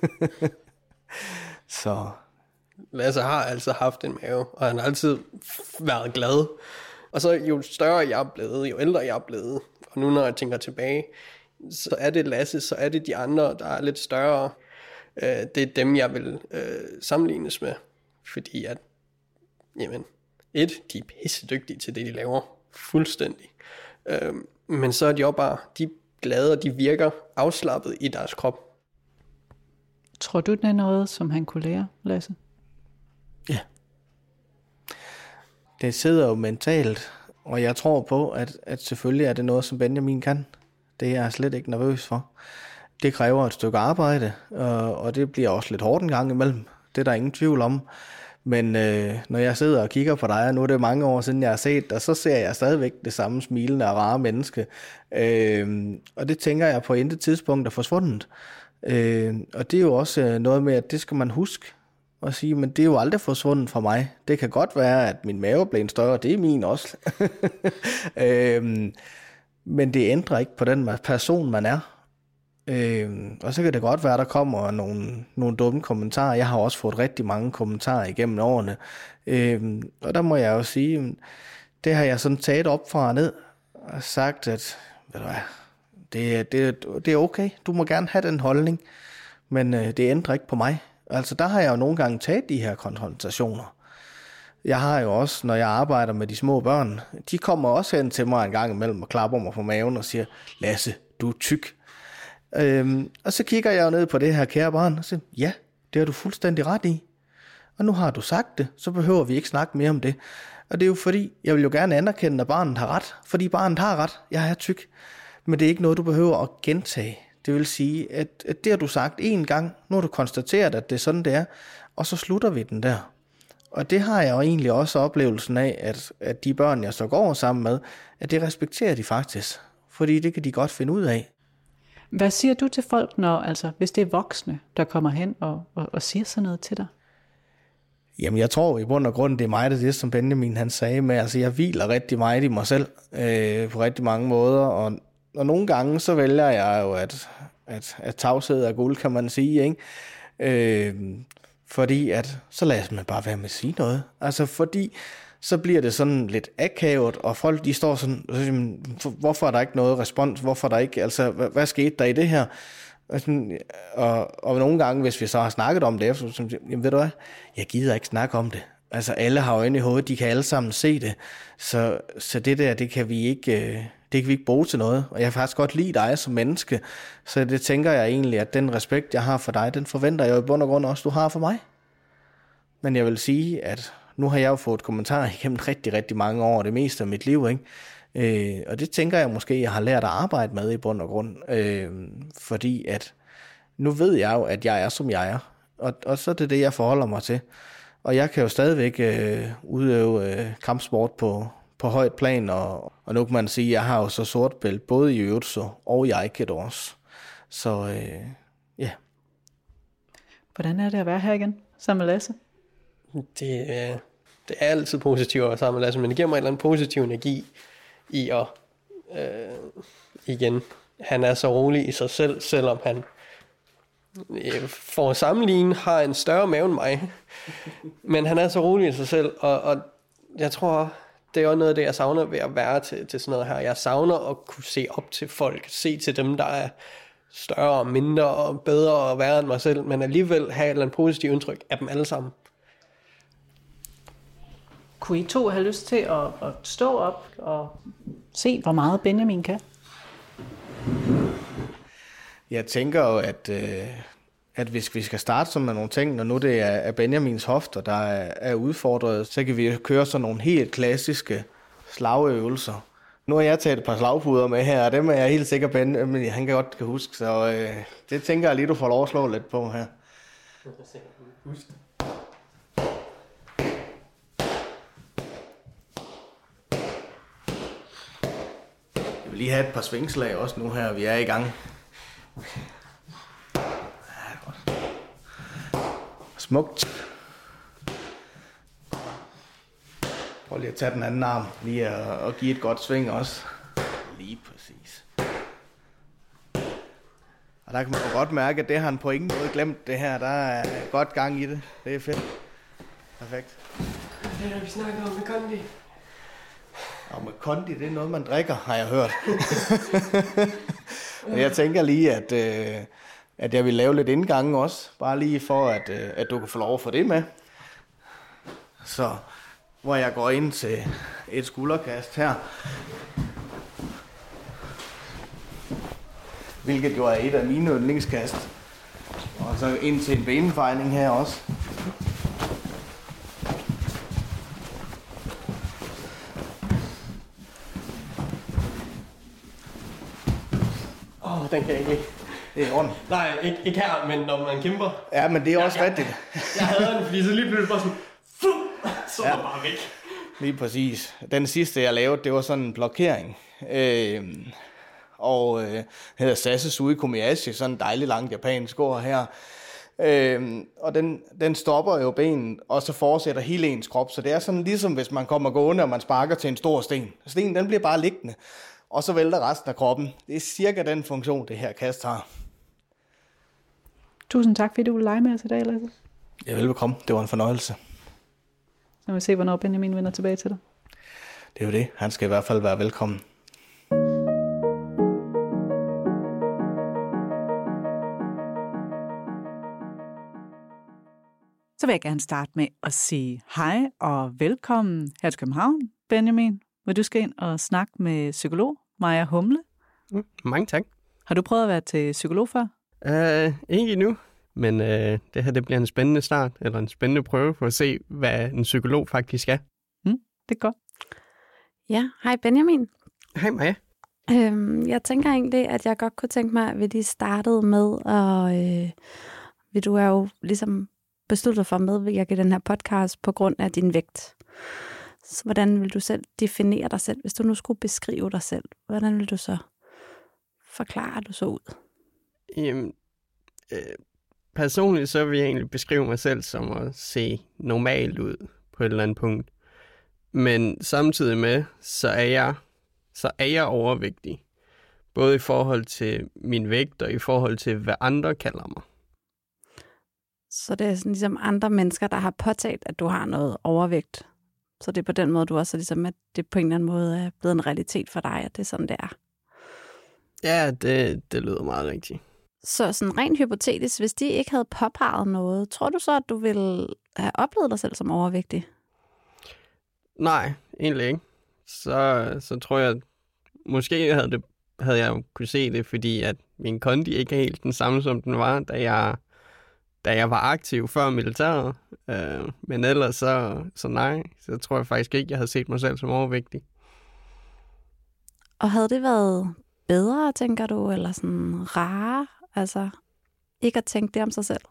Så... Lasse har altså haft en mave, og han har altid været glad. Og så jo større jeg er blevet, jo ældre jeg er blevet, og nu når jeg tænker tilbage, så er det Lasse, så er det de andre, der er lidt større. Det er dem, jeg vil øh, sammenlignes med. Fordi at, jamen, et, de er pisse dygtige til det, de laver. Fuldstændig. Øh, men så er de også bare, de er glade, og de virker afslappet i deres krop. Tror du, det er noget, som han kunne lære, Lasse? Ja. Det sidder jo mentalt, og jeg tror på, at, at selvfølgelig er det noget, som Benjamin kan. Det er jeg slet ikke nervøs for. Det kræver et stykke arbejde, og, og det bliver også lidt hårdt en gang imellem. Det er der ingen tvivl om. Men øh, når jeg sidder og kigger på dig, og nu er det mange år siden, jeg har set dig, så ser jeg stadigvæk det samme smilende og rare menneske. Øh, og det tænker jeg på intet tidspunkt er forsvundet. Øh, og det er jo også noget med, at det skal man huske og sige, men det er jo aldrig forsvundet fra mig. Det kan godt være, at min mave blev en større, det er min også. øh, men det ændrer ikke på den person, man er. Øh, og så kan det godt være, at der kommer nogle, nogle dumme kommentarer. Jeg har også fået rigtig mange kommentarer igennem årene. Øh, og der må jeg jo sige, det har jeg sådan taget op fra og ned og sagt, at ved du hvad, det, det, det er okay. Du må gerne have den holdning, men øh, det ændrer ikke på mig. Altså der har jeg jo nogle gange taget de her konfrontationer. Jeg har jo også, når jeg arbejder med de små børn, de kommer også hen til mig en gang imellem og klapper mig på maven og siger, Lasse, du er tyk. Øhm, og så kigger jeg jo ned på det her kære barn og siger, ja, det har du fuldstændig ret i. Og nu har du sagt det, så behøver vi ikke snakke mere om det. Og det er jo fordi, jeg vil jo gerne anerkende, at barnet har ret. Fordi barnet har ret, jeg er tyk. Men det er ikke noget, du behøver at gentage. Det vil sige, at, at det har du sagt én gang, nu har du konstateret, at det er sådan, det er, og så slutter vi den der. Og det har jeg jo egentlig også oplevelsen af, at, at de børn, jeg så går sammen med, at det respekterer de faktisk. Fordi det kan de godt finde ud af. Hvad siger du til folk, når, altså, hvis det er voksne, der kommer hen og, og, og siger sådan noget til dig? Jamen jeg tror i bund og grund, det er mig, det er det, som Benjamin han sagde med, altså jeg hviler rigtig meget i mig selv øh, på rigtig mange måder, og, og nogle gange så vælger jeg jo, at, at, at tavshed er guld, kan man sige, ikke? Øh, fordi at, så lader man bare være med at sige noget. Altså fordi, så bliver det sådan lidt akavet, og folk de står sådan, hvorfor er der ikke noget respons, hvorfor er der ikke, altså hvad, hvad skete der i det her? Og, sådan, og, og nogle gange, hvis vi så har snakket om det efter, så jamen ved du hvad, jeg gider ikke snakke om det. Altså alle har øjne i hovedet, de kan alle sammen se det. Så, så det der, det kan vi ikke, det kan vi ikke bruge til noget. Og jeg kan faktisk godt lide dig som menneske, så det tænker jeg egentlig, at den respekt, jeg har for dig, den forventer jeg jo i bund og grund også, du har for mig. Men jeg vil sige, at nu har jeg jo fået kommentarer igennem rigtig, rigtig mange år, det meste af mit liv, ikke? Øh, og det tænker jeg måske, jeg har lært at arbejde med i bund og grund, øh, fordi at nu ved jeg jo, at jeg er, som jeg er, og, og så er det det, jeg forholder mig til. Og jeg kan jo stadigvæk øh, udøve øh, kampsport på, på højt plan, og, og nu kan man sige, at jeg har jo så sort bælte, både i jiu-jitsu og i aikido også. Så øh, ja. Yeah. Hvordan er det at være her igen, sammen med Lasse? Det, øh, det er altid positivt at være sammen med Lasse, men det giver mig en eller anden positiv energi i at, øh, igen, han er så rolig i sig selv, selvom han øh, for at sammenligne har en større mave end mig, men han er så rolig i sig selv, og, og jeg tror, det er også noget af det, jeg savner ved at være til, til sådan noget her. Jeg savner at kunne se op til folk, se til dem, der er større og mindre og bedre og værre end mig selv, men alligevel have et eller andet positivt indtryk af dem alle sammen. Kunne I to have lyst til at, at stå op og se, hvor meget Benjamin kan? Jeg tænker jo, at, øh, at hvis vi skal starte sådan med nogle ting, når nu det er Benjamins hofter, der er, er udfordret, så kan vi køre sådan nogle helt klassiske slagøvelser. Nu har jeg taget et par slagpuder med her, og dem er jeg helt sikker på, men han kan godt kan huske, så øh, det tænker jeg lige, du får lov at slå lidt på her. Jeg vil lige have et par svingslag også nu her, vi er i gang. Smukt. Prøv lige at tage den anden arm, lige at, at give et godt sving også. Lige præcis. Og der kan man jo godt mærke, at det har han på ingen måde glemt det her. Der er godt gang i det. Det er fedt. Perfekt. Det er, vi snakker om med kondi. Og med kondi, det er noget, man drikker, har jeg hørt. Og jeg tænker lige, at, øh, at jeg vil lave lidt indgang også. Bare lige for, at, øh, at du kan få lov at få det med. Så, hvor jeg går ind til et skulderkast her. Hvilket jo er et af mine yndlingskast. Og så ind til en benfejning her også. Åh, oh, den kan jeg ikke. Det er ordentligt. Nej, ikke, ikke her, men når man kæmper. Ja, men det er også ja, rigtigt. Jeg havde den, fordi så lige pludselig bare sådan, så var Ja. ja. bare væk. Lige præcis. Den sidste, jeg lavede, det var sådan en blokering. Øh, og øh, hedder Sase Sui Komiyashi, sådan en dejlig lang japansk ord her. Øh, og den, den stopper jo benet, og så fortsætter hele ens krop. Så det er sådan ligesom, hvis man kommer gående, og man sparker til en stor sten. Stenen, den bliver bare liggende, og så vælter resten af kroppen. Det er cirka den funktion, det her kast har. Tusind tak, fordi du ville lege med os i dag, Lasse. Ja, velbekomme. Det var en fornøjelse. Så må vi se, hvornår Benjamin vender tilbage til dig. Det er jo det. Han skal i hvert fald være velkommen. Så vil jeg gerne starte med at sige hej og velkommen her til København, Benjamin, hvor du skal ind og snakke med psykolog Maja Humle. Mm, mange tak. Har du prøvet at være til psykolog før? Uh, ikke endnu, men uh, det her det bliver en spændende start, eller en spændende prøve for at se, hvad en psykolog faktisk er. Mm, det er godt. Ja, hej Benjamin. Hej Maja. Øhm, jeg tænker egentlig, at jeg godt kunne tænke mig, at vi lige startede med, og øh, du er jo ligesom besluttet for at medvirke i den her podcast på grund af din vægt. Så hvordan vil du selv definere dig selv? Hvis du nu skulle beskrive dig selv, hvordan vil du så forklare, at du så ud? Jamen, øh, personligt så vil jeg egentlig beskrive mig selv som at se normal ud på et eller andet punkt. Men samtidig med, så er jeg, så er jeg overvægtig. Både i forhold til min vægt og i forhold til, hvad andre kalder mig. Så det er sådan ligesom andre mennesker, der har påtalt, at du har noget overvægt. Så det er på den måde, du også er ligesom, at det på en eller anden måde er blevet en realitet for dig, at det er sådan, det er. Ja, det, det lyder meget rigtigt. Så sådan rent hypotetisk, hvis de ikke havde påpeget noget, tror du så, at du ville have oplevet dig selv som overvægtig? Nej, egentlig ikke. Så, så tror jeg, måske havde, det, havde jeg kunne se det, fordi at min kondi ikke er helt den samme, som den var, da jeg, da jeg var aktiv før militæret. Øh, men ellers så, så nej, så tror jeg faktisk ikke, jeg havde set mig selv som overvægtig. Og havde det været bedre, tænker du, eller sådan rare? Altså, ikke at tænke det om sig selv?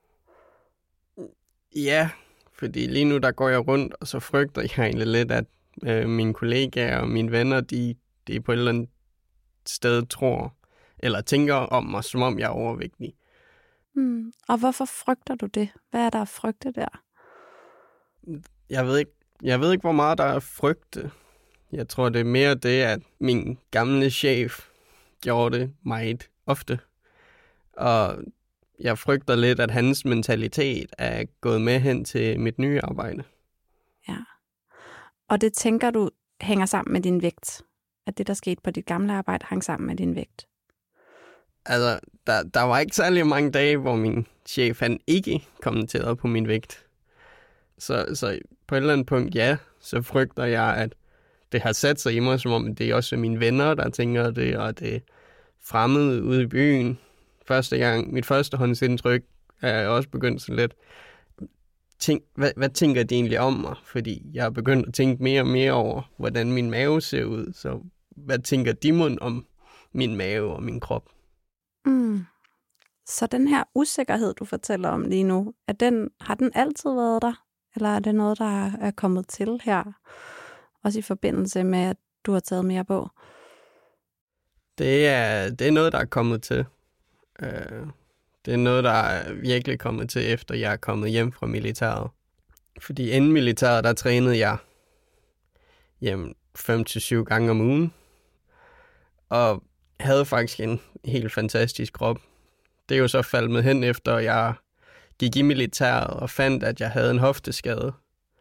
Ja, fordi lige nu der går jeg rundt, og så frygter jeg egentlig lidt, at øh, mine kollegaer og mine venner, de, de på et eller andet sted tror, eller tænker om mig, som om jeg er overvægtig. Hmm. Og hvorfor frygter du det? Hvad er der at frygte der? Jeg ved ikke, jeg ved ikke hvor meget der er frygte. Jeg tror, det er mere det, at min gamle chef gjorde det meget ofte. Og jeg frygter lidt, at hans mentalitet er gået med hen til mit nye arbejde. Ja. Og det tænker du hænger sammen med din vægt? At det, der skete på dit gamle arbejde, hang sammen med din vægt? Altså, der, der var ikke særlig mange dage, hvor min chef han ikke kommenterede på min vægt. Så, så på et eller andet punkt, ja, så frygter jeg, at det har sat sig i mig, som om det er også mine venner, der tænker det, og det er fremmed ude i byen. Første gang, mit førstehåndsindtryk er også begyndt sådan lidt. Tænk, hvad, hvad tænker de egentlig om mig? Fordi jeg er begyndt at tænke mere og mere over, hvordan min mave ser ud. Så hvad tænker de mund om min mave og min krop? Mm. Så den her usikkerhed, du fortæller om lige nu, er den, har den altid været der? Eller er det noget, der er kommet til her? Også i forbindelse med, at du har taget mere på? Det er, det er noget, der er kommet til. Uh, det er noget, der er virkelig kommet til, efter jeg er kommet hjem fra militæret. Fordi inden militæret, der trænede jeg jamen, fem til syv gange om ugen. Og havde faktisk en helt fantastisk krop. Det er jo så faldet hen efter, jeg gik i militæret og fandt, at jeg havde en hofteskade.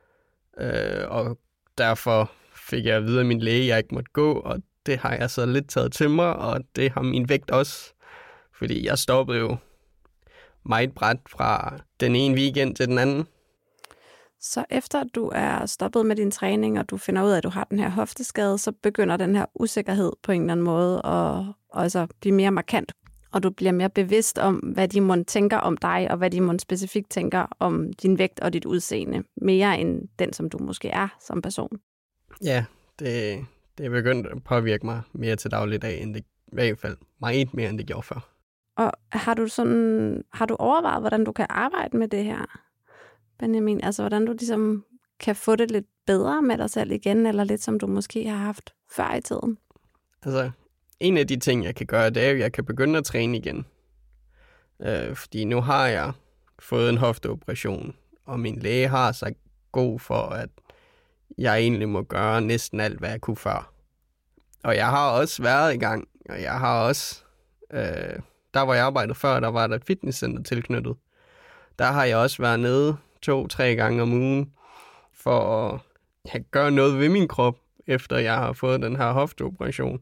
Uh, og derfor fik jeg at vide af min læge, at jeg ikke måtte gå, og det har jeg så lidt taget til mig, og det har min vægt også. Fordi jeg stoppede jo meget bræt fra den ene weekend til den anden. Så efter du er stoppet med din træning, og du finder ud af, at du har den her hofteskade, så begynder den her usikkerhed på en eller anden måde at altså blive mere markant. Og du bliver mere bevidst om, hvad de må tænker om dig, og hvad de må specifikt tænker om din vægt og dit udseende. Mere end den, som du måske er som person. Ja, det, det er begyndt at påvirke mig mere til dagligdag, end det, i hvert fald meget mere, end det gjorde før. Og har du, sådan, har du overvejet, hvordan du kan arbejde med det her, Benjamin? Altså, hvordan du ligesom kan få det lidt bedre med dig selv igen, eller lidt som du måske har haft før i tiden? Altså, en af de ting, jeg kan gøre, det er, at jeg kan begynde at træne igen. Øh, fordi nu har jeg fået en hofteoperation, og min læge har sagt god for, at jeg egentlig må gøre næsten alt, hvad jeg kunne før. Og jeg har også været i gang, og jeg har også... Øh, der, hvor jeg arbejdede før, der var der et fitnesscenter tilknyttet. Der har jeg også været nede to-tre gange om ugen, for at ja, gøre noget ved min krop, efter jeg har fået den her hofteoperation.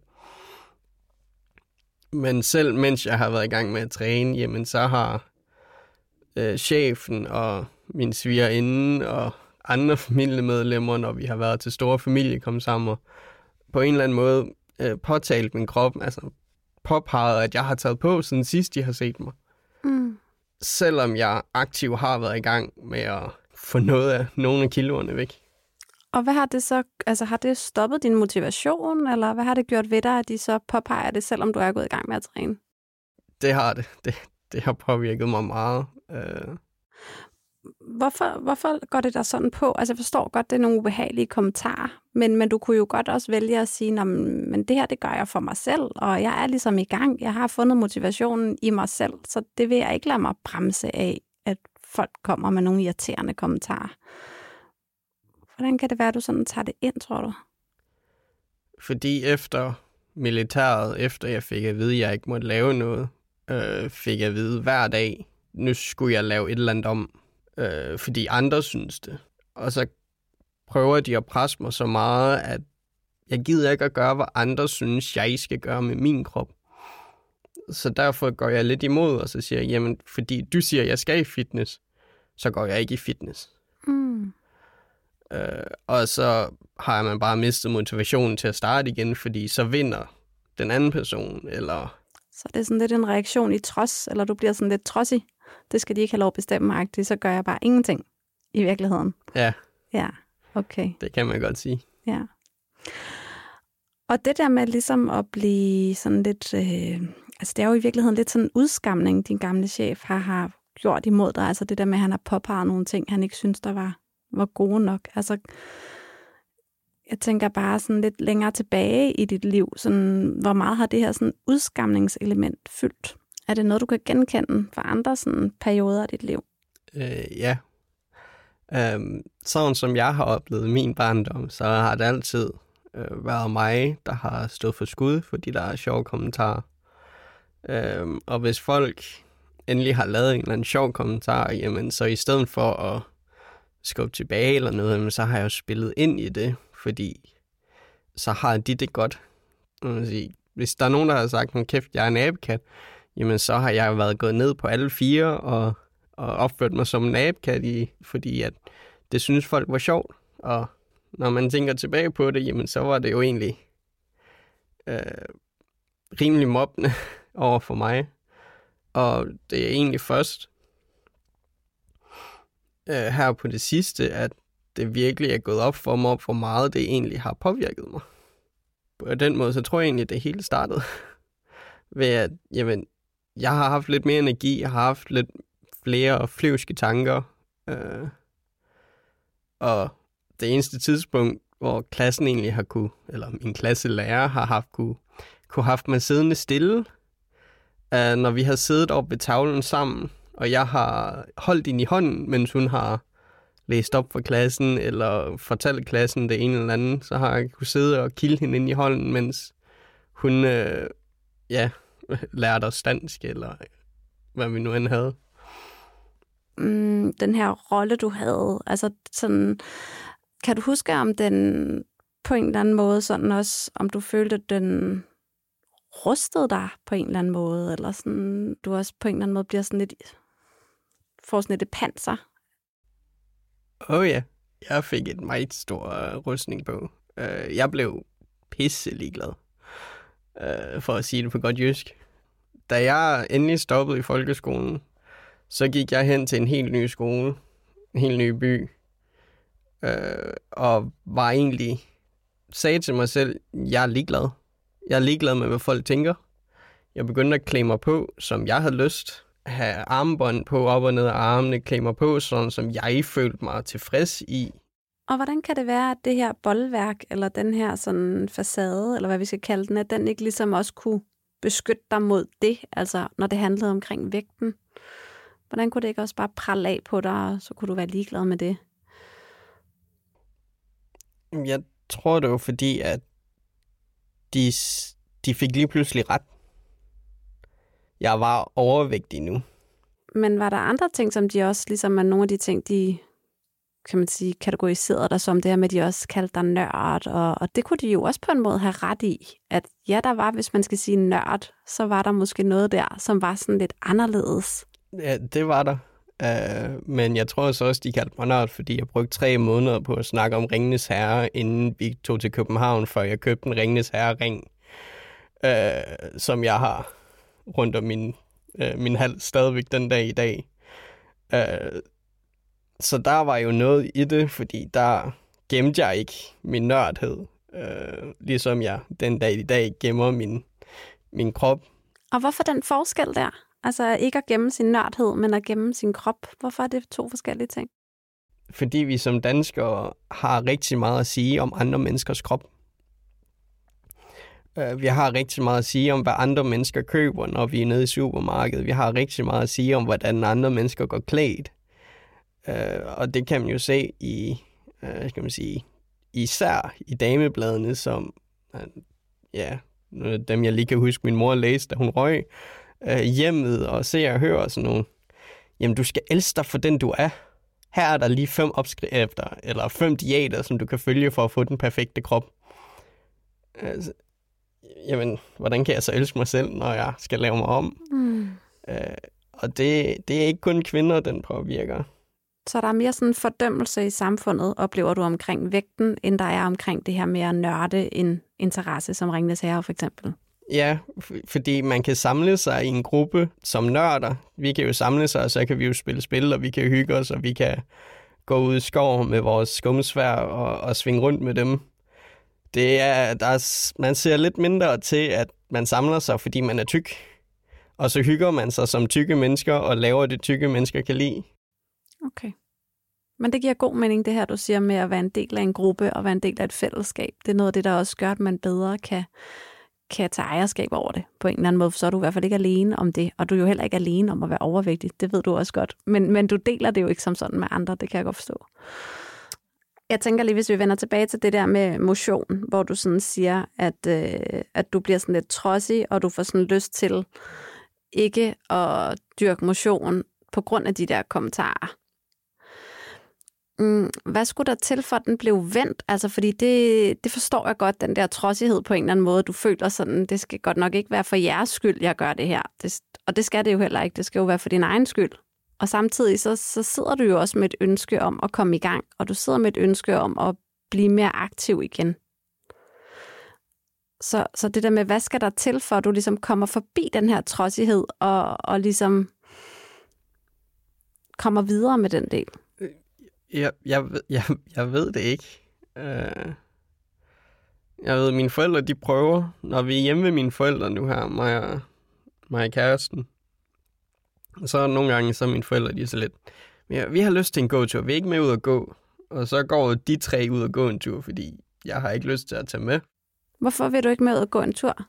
Men selv mens jeg har været i gang med at træne, jamen så har øh, chefen og min svigerinde og andre familiemedlemmer, når vi har været til store familiekomsammer, på en eller anden måde øh, påtalt min krop, altså påpeget, at jeg har taget på, siden sidst de har set mig. Mm. Selvom jeg aktivt har været i gang med at få noget af nogle af kiloerne væk. Og hvad har det så, altså har det stoppet din motivation, eller hvad har det gjort ved dig, at de så påpeger det, selvom du er gået i gang med at træne? Det har det. Det, det har påvirket mig meget. Øh. Hvorfor, hvorfor går det der sådan på? Altså jeg forstår godt, det er nogle ubehagelige kommentarer, men, men du kunne jo godt også vælge at sige, men det her, det gør jeg for mig selv, og jeg er ligesom i gang. Jeg har fundet motivationen i mig selv, så det vil jeg ikke lade mig bremse af, at folk kommer med nogle irriterende kommentarer. Hvordan kan det være, at du sådan tager det ind, tror du? Fordi efter militæret, efter jeg fik at vide, at jeg ikke måtte lave noget, øh, fik jeg at vide hver dag, nu skulle jeg lave et eller andet om, øh, fordi andre synes det. Og så prøver de at presse mig så meget, at jeg gider ikke at gøre, hvad andre synes, jeg skal gøre med min krop. Så derfor går jeg lidt imod, og så siger jeg, jamen, fordi du siger, at jeg skal i fitness, så går jeg ikke i fitness. Mm. Øh, og så har man bare mistet motivationen til at starte igen, fordi så vinder den anden person, eller... Så det er sådan lidt en reaktion i trods, eller du bliver sådan lidt trodsig. Det skal de ikke have lov at bestemme, så gør jeg bare ingenting i virkeligheden. Ja. Ja, okay. Det kan man godt sige. Ja. Og det der med ligesom at blive sådan lidt... Øh, altså det er jo i virkeligheden lidt sådan en udskamning, din gamle chef har, har gjort imod dig. Altså det der med, at han har påpeget nogle ting, han ikke synes, der var, var gode nok. Altså jeg tænker bare sådan lidt længere tilbage i dit liv. Sådan, hvor meget har det her sådan udskamningselement fyldt? Er det noget, du kan genkende fra andre sådan perioder af dit liv? Øh, ja. Øhm, sådan som jeg har oplevet min barndom, så har det altid øh, været mig, der har stået for skud, fordi der er sjove kommentarer. Øhm, og hvis folk endelig har lavet en eller anden sjov kommentar, jamen så i stedet for at skubbe tilbage eller noget, så har jeg jo spillet ind i det, fordi så har de det godt. Hvis der er nogen, der har sagt, hold kæft, jeg er en abekat, jamen så har jeg været gået ned på alle fire og, og opført mig som en abekat, i, fordi at det synes folk var sjovt. Og når man tænker tilbage på det, jamen så var det jo egentlig øh, rimelig mobbende over for mig. Og det er egentlig først øh, her på det sidste, at det virkelig er gået op for mig, hvor meget det egentlig har påvirket mig. På den måde, så tror jeg egentlig, det hele startede ved, at jamen, jeg har haft lidt mere energi, jeg har haft lidt flere flyvske tanker, øh, og det eneste tidspunkt, hvor klassen egentlig har kunne, eller min klasselærer har haft kunne, kunne haft mig siddende stille, øh, når vi har siddet oppe ved tavlen sammen, og jeg har holdt hende i hånden, mens hun har læst op for klassen, eller fortalt klassen det ene eller andet, så har jeg kunne sidde og kilde hende ind i hånden, mens hun, øh, ja, lærte os dansk, eller hvad vi nu end havde. Mm, den her rolle, du havde, altså sådan, kan du huske, om den på en eller anden måde, sådan også, om du følte, at den rustede dig på en eller anden måde, eller sådan, du også på en eller anden måde bliver sådan lidt, får sådan lidt et panser? Åh oh ja, jeg fik et meget stor uh, rustning på. Uh, jeg blev pisselig glad, uh, for at sige det på godt jysk. Da jeg endelig stoppede i folkeskolen, så gik jeg hen til en helt ny skole, en helt ny by, uh, og var egentlig, sagde til mig selv, jeg er ligeglad. Jeg er ligeglad med, hvad folk tænker. Jeg begyndte at klæde mig på, som jeg havde lyst. Have armbånd på, op og ned af armene, klæde mig på, sådan som jeg følte mig tilfreds i. Og hvordan kan det være, at det her boldværk, eller den her sådan facade, eller hvad vi skal kalde den, at den ikke ligesom også kunne beskytte dig mod det, altså når det handlede omkring vægten? Hvordan kunne det ikke også bare pralle af på dig, og så kunne du være ligeglad med det? Jeg tror, det var fordi, at de, de fik lige pludselig ret. Jeg var overvægtig nu. Men var der andre ting, som de også, ligesom er nogle af de ting, de, kan man sige, kategoriserede dig som, det her med, at de også kaldte dig nørd, og, og det kunne de jo også på en måde have ret i, at ja, der var, hvis man skal sige nørd, så var der måske noget der, som var sådan lidt anderledes. Ja, det var der. Uh, men jeg tror så også, de kaldte mig nørd, fordi jeg brugte tre måneder på at snakke om Ringenes Herre, inden vi tog til København, før jeg købte en Ringenes Herre-ring, uh, som jeg har rundt om min, øh, min hals stadigvæk den dag i dag. Øh, så der var jo noget i det, fordi der gemte jeg ikke min nørdhed, øh, ligesom jeg den dag i dag gemmer min, min krop. Og hvorfor den forskel der? Altså ikke at gemme sin nørdhed, men at gemme sin krop. Hvorfor er det to forskellige ting? Fordi vi som danskere har rigtig meget at sige om andre menneskers krop. Vi har rigtig meget at sige om, hvad andre mennesker køber, når vi er nede i supermarkedet. Vi har rigtig meget at sige om, hvordan andre mennesker går klædt. Og det kan man jo se i, skal man sige, især i damebladene, som ja, dem jeg lige kan huske, min mor læste, da hun røg hjemmet og ser og hører sådan nogle. Jamen, du skal elske dig for den, du er. Her er der lige fem opskrifter, eller fem diæter, som du kan følge for at få den perfekte krop. Altså, jamen, hvordan kan jeg så elske mig selv, når jeg skal lave mig om? Mm. Øh, og det, det er ikke kun kvinder, den påvirker. Så der er mere sådan en fordømmelse i samfundet, oplever du omkring vægten, end der er omkring det her med at nørde en interesse, som Ringenes Herre for eksempel? Ja, f- fordi man kan samle sig i en gruppe som nørder. Vi kan jo samle sig, og så kan vi jo spille spil, og vi kan hygge os, og vi kan gå ud i skoven med vores skumsvær og, og svinge rundt med dem. Det er, der er, man ser lidt mindre til, at man samler sig, fordi man er tyk. Og så hygger man sig som tykke mennesker, og laver det, tykke mennesker kan lide. Okay. Men det giver god mening, det her, du siger med at være en del af en gruppe, og være en del af et fællesskab. Det er noget af det, der også gør, at man bedre kan, kan tage ejerskab over det på en eller anden måde. Så er du i hvert fald ikke alene om det, og du er jo heller ikke alene om at være overvægtig. Det ved du også godt. Men, men du deler det jo ikke som sådan med andre, det kan jeg godt forstå. Jeg tænker lige, hvis vi vender tilbage til det der med motion, hvor du sådan siger, at, øh, at du bliver sådan lidt trodsig, og du får sådan lyst til ikke at dyrke motion på grund af de der kommentarer. Mm, hvad skulle der til, for at den blev vendt? Altså, fordi det, det forstår jeg godt, den der trodsighed på en eller anden måde. Du føler sådan, det skal godt nok ikke være for jeres skyld, jeg gør det her. Det, og det skal det jo heller ikke. Det skal jo være for din egen skyld. Og samtidig så, så sidder du jo også med et ønske om at komme i gang, og du sidder med et ønske om at blive mere aktiv igen. Så, så det der med, hvad skal der til, for at du ligesom kommer forbi den her trodsighed, og, og ligesom kommer videre med den del? Jeg, jeg, jeg, jeg ved det ikke. Uh, jeg ved, mine forældre, de prøver. Når vi er hjemme ved mine forældre nu her, mig og, mig og kæresten, så nogle gange, så er mine forældre, de er så lidt, ja, vi har lyst til en gåtur, vi er ikke med ud at gå. Og så går de tre ud og gå en tur, fordi jeg har ikke lyst til at tage med. Hvorfor vil du ikke med ud og gå en tur?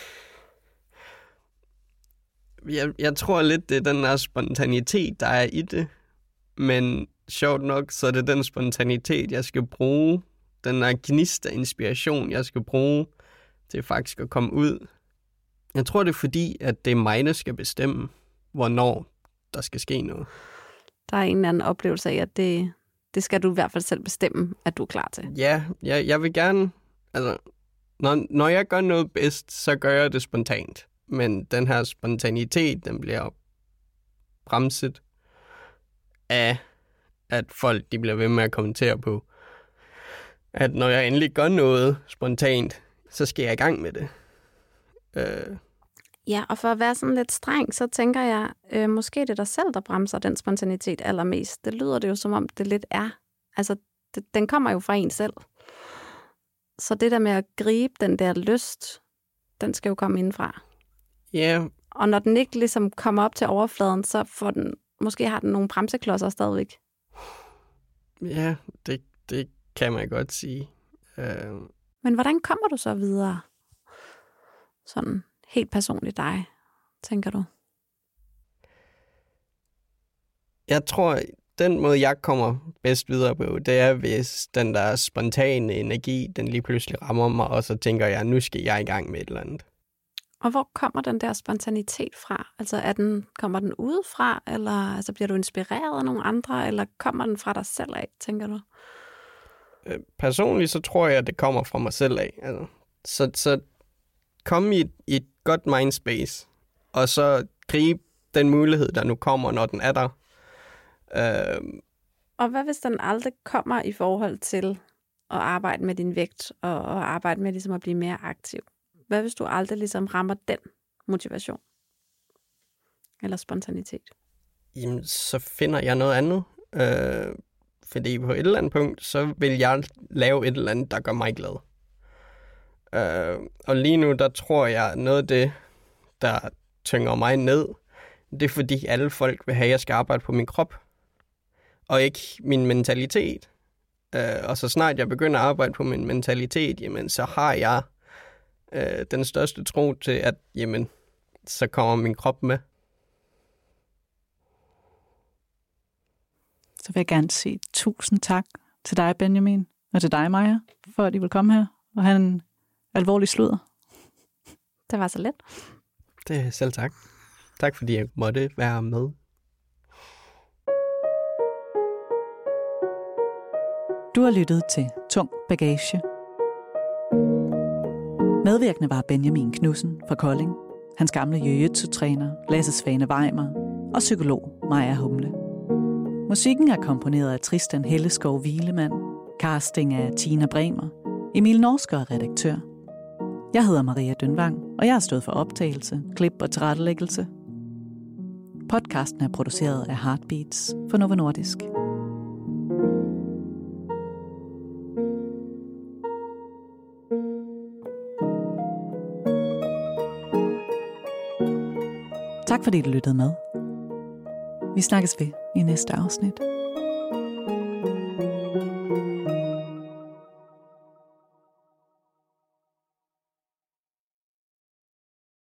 Jeg, jeg tror lidt, det er den der spontanitet, der er i det. Men sjovt nok, så er det den spontanitet, jeg skal bruge. Den der gnist af inspiration, jeg skal bruge til faktisk at komme ud. Jeg tror, det er fordi, at det er mig, der skal bestemme, hvornår der skal ske noget. Der er en eller anden oplevelse af, at det, det skal du i hvert fald selv bestemme, at du er klar til. Ja, jeg, jeg vil gerne... Altså, når, når jeg gør noget bedst, så gør jeg det spontant. Men den her spontanitet, den bliver bremset af, at folk de bliver ved med at kommentere på, at når jeg endelig gør noget spontant, så skal jeg i gang med det. Øh. Ja, og for at være sådan lidt streng, så tænker jeg, øh, måske det er dig selv, der bremser den spontanitet allermest. Det lyder det jo, som om det lidt er. Altså, det, den kommer jo fra en selv. Så det der med at gribe den der lyst, den skal jo komme indenfra. Ja. Yeah. Og når den ikke ligesom kommer op til overfladen, så får den, måske har den nogle bremseklodser stadigvæk. Ja, det, det kan man godt sige. Uh... Men hvordan kommer du så videre? Sådan helt personligt dig, tænker du? Jeg tror, den måde, jeg kommer bedst videre på, det er, hvis den der spontane energi, den lige pludselig rammer mig, og så tænker jeg, nu skal jeg i gang med et eller andet. Og hvor kommer den der spontanitet fra? Altså, er den, kommer den udefra, eller altså, bliver du inspireret af nogle andre, eller kommer den fra dig selv af, tænker du? Øh, personligt, så tror jeg, at det kommer fra mig selv af. Altså, så, så komme i et, i et godt mindspace, og så gribe den mulighed, der nu kommer, når den er der. Øh, og hvad hvis den aldrig kommer i forhold til at arbejde med din vægt, og, og arbejde med ligesom at blive mere aktiv? Hvad hvis du aldrig ligesom rammer den motivation? Eller spontanitet? Jamen, så finder jeg noget andet. Øh, fordi på et eller andet punkt, så vil jeg lave et eller andet, der gør mig glad. Øh, og lige nu, der tror jeg, noget af det, der tynger mig ned, det er fordi alle folk vil have, at jeg skal arbejde på min krop. Og ikke min mentalitet. Øh, og så snart jeg begynder at arbejde på min mentalitet, jamen, så har jeg øh, den største tro til, at jamen, så kommer min krop med. Så vil jeg gerne sige tusind tak til dig, Benjamin, og til dig, Maja, for at I vil komme her og have en alvorlig sludder. Det var så let. Det er selv tak. Tak fordi jeg måtte være med. Du har lyttet til Tung Bagage. Medvirkende var Benjamin Knudsen fra Kolding, hans gamle jiu-jitsu-træner Lasse Svane Weimer og psykolog Maja Humle. Musikken er komponeret af Tristan Helleskov Hvilemann, casting af Tina Bremer, Emil Norsker er redaktør. Jeg hedder Maria Dønvang, og jeg har stået for optagelse, klip og tilrettelæggelse. Podcasten er produceret af Heartbeats for Novo Nordisk. Tak fordi du lyttede med. Vi snakkes ved i næste afsnit.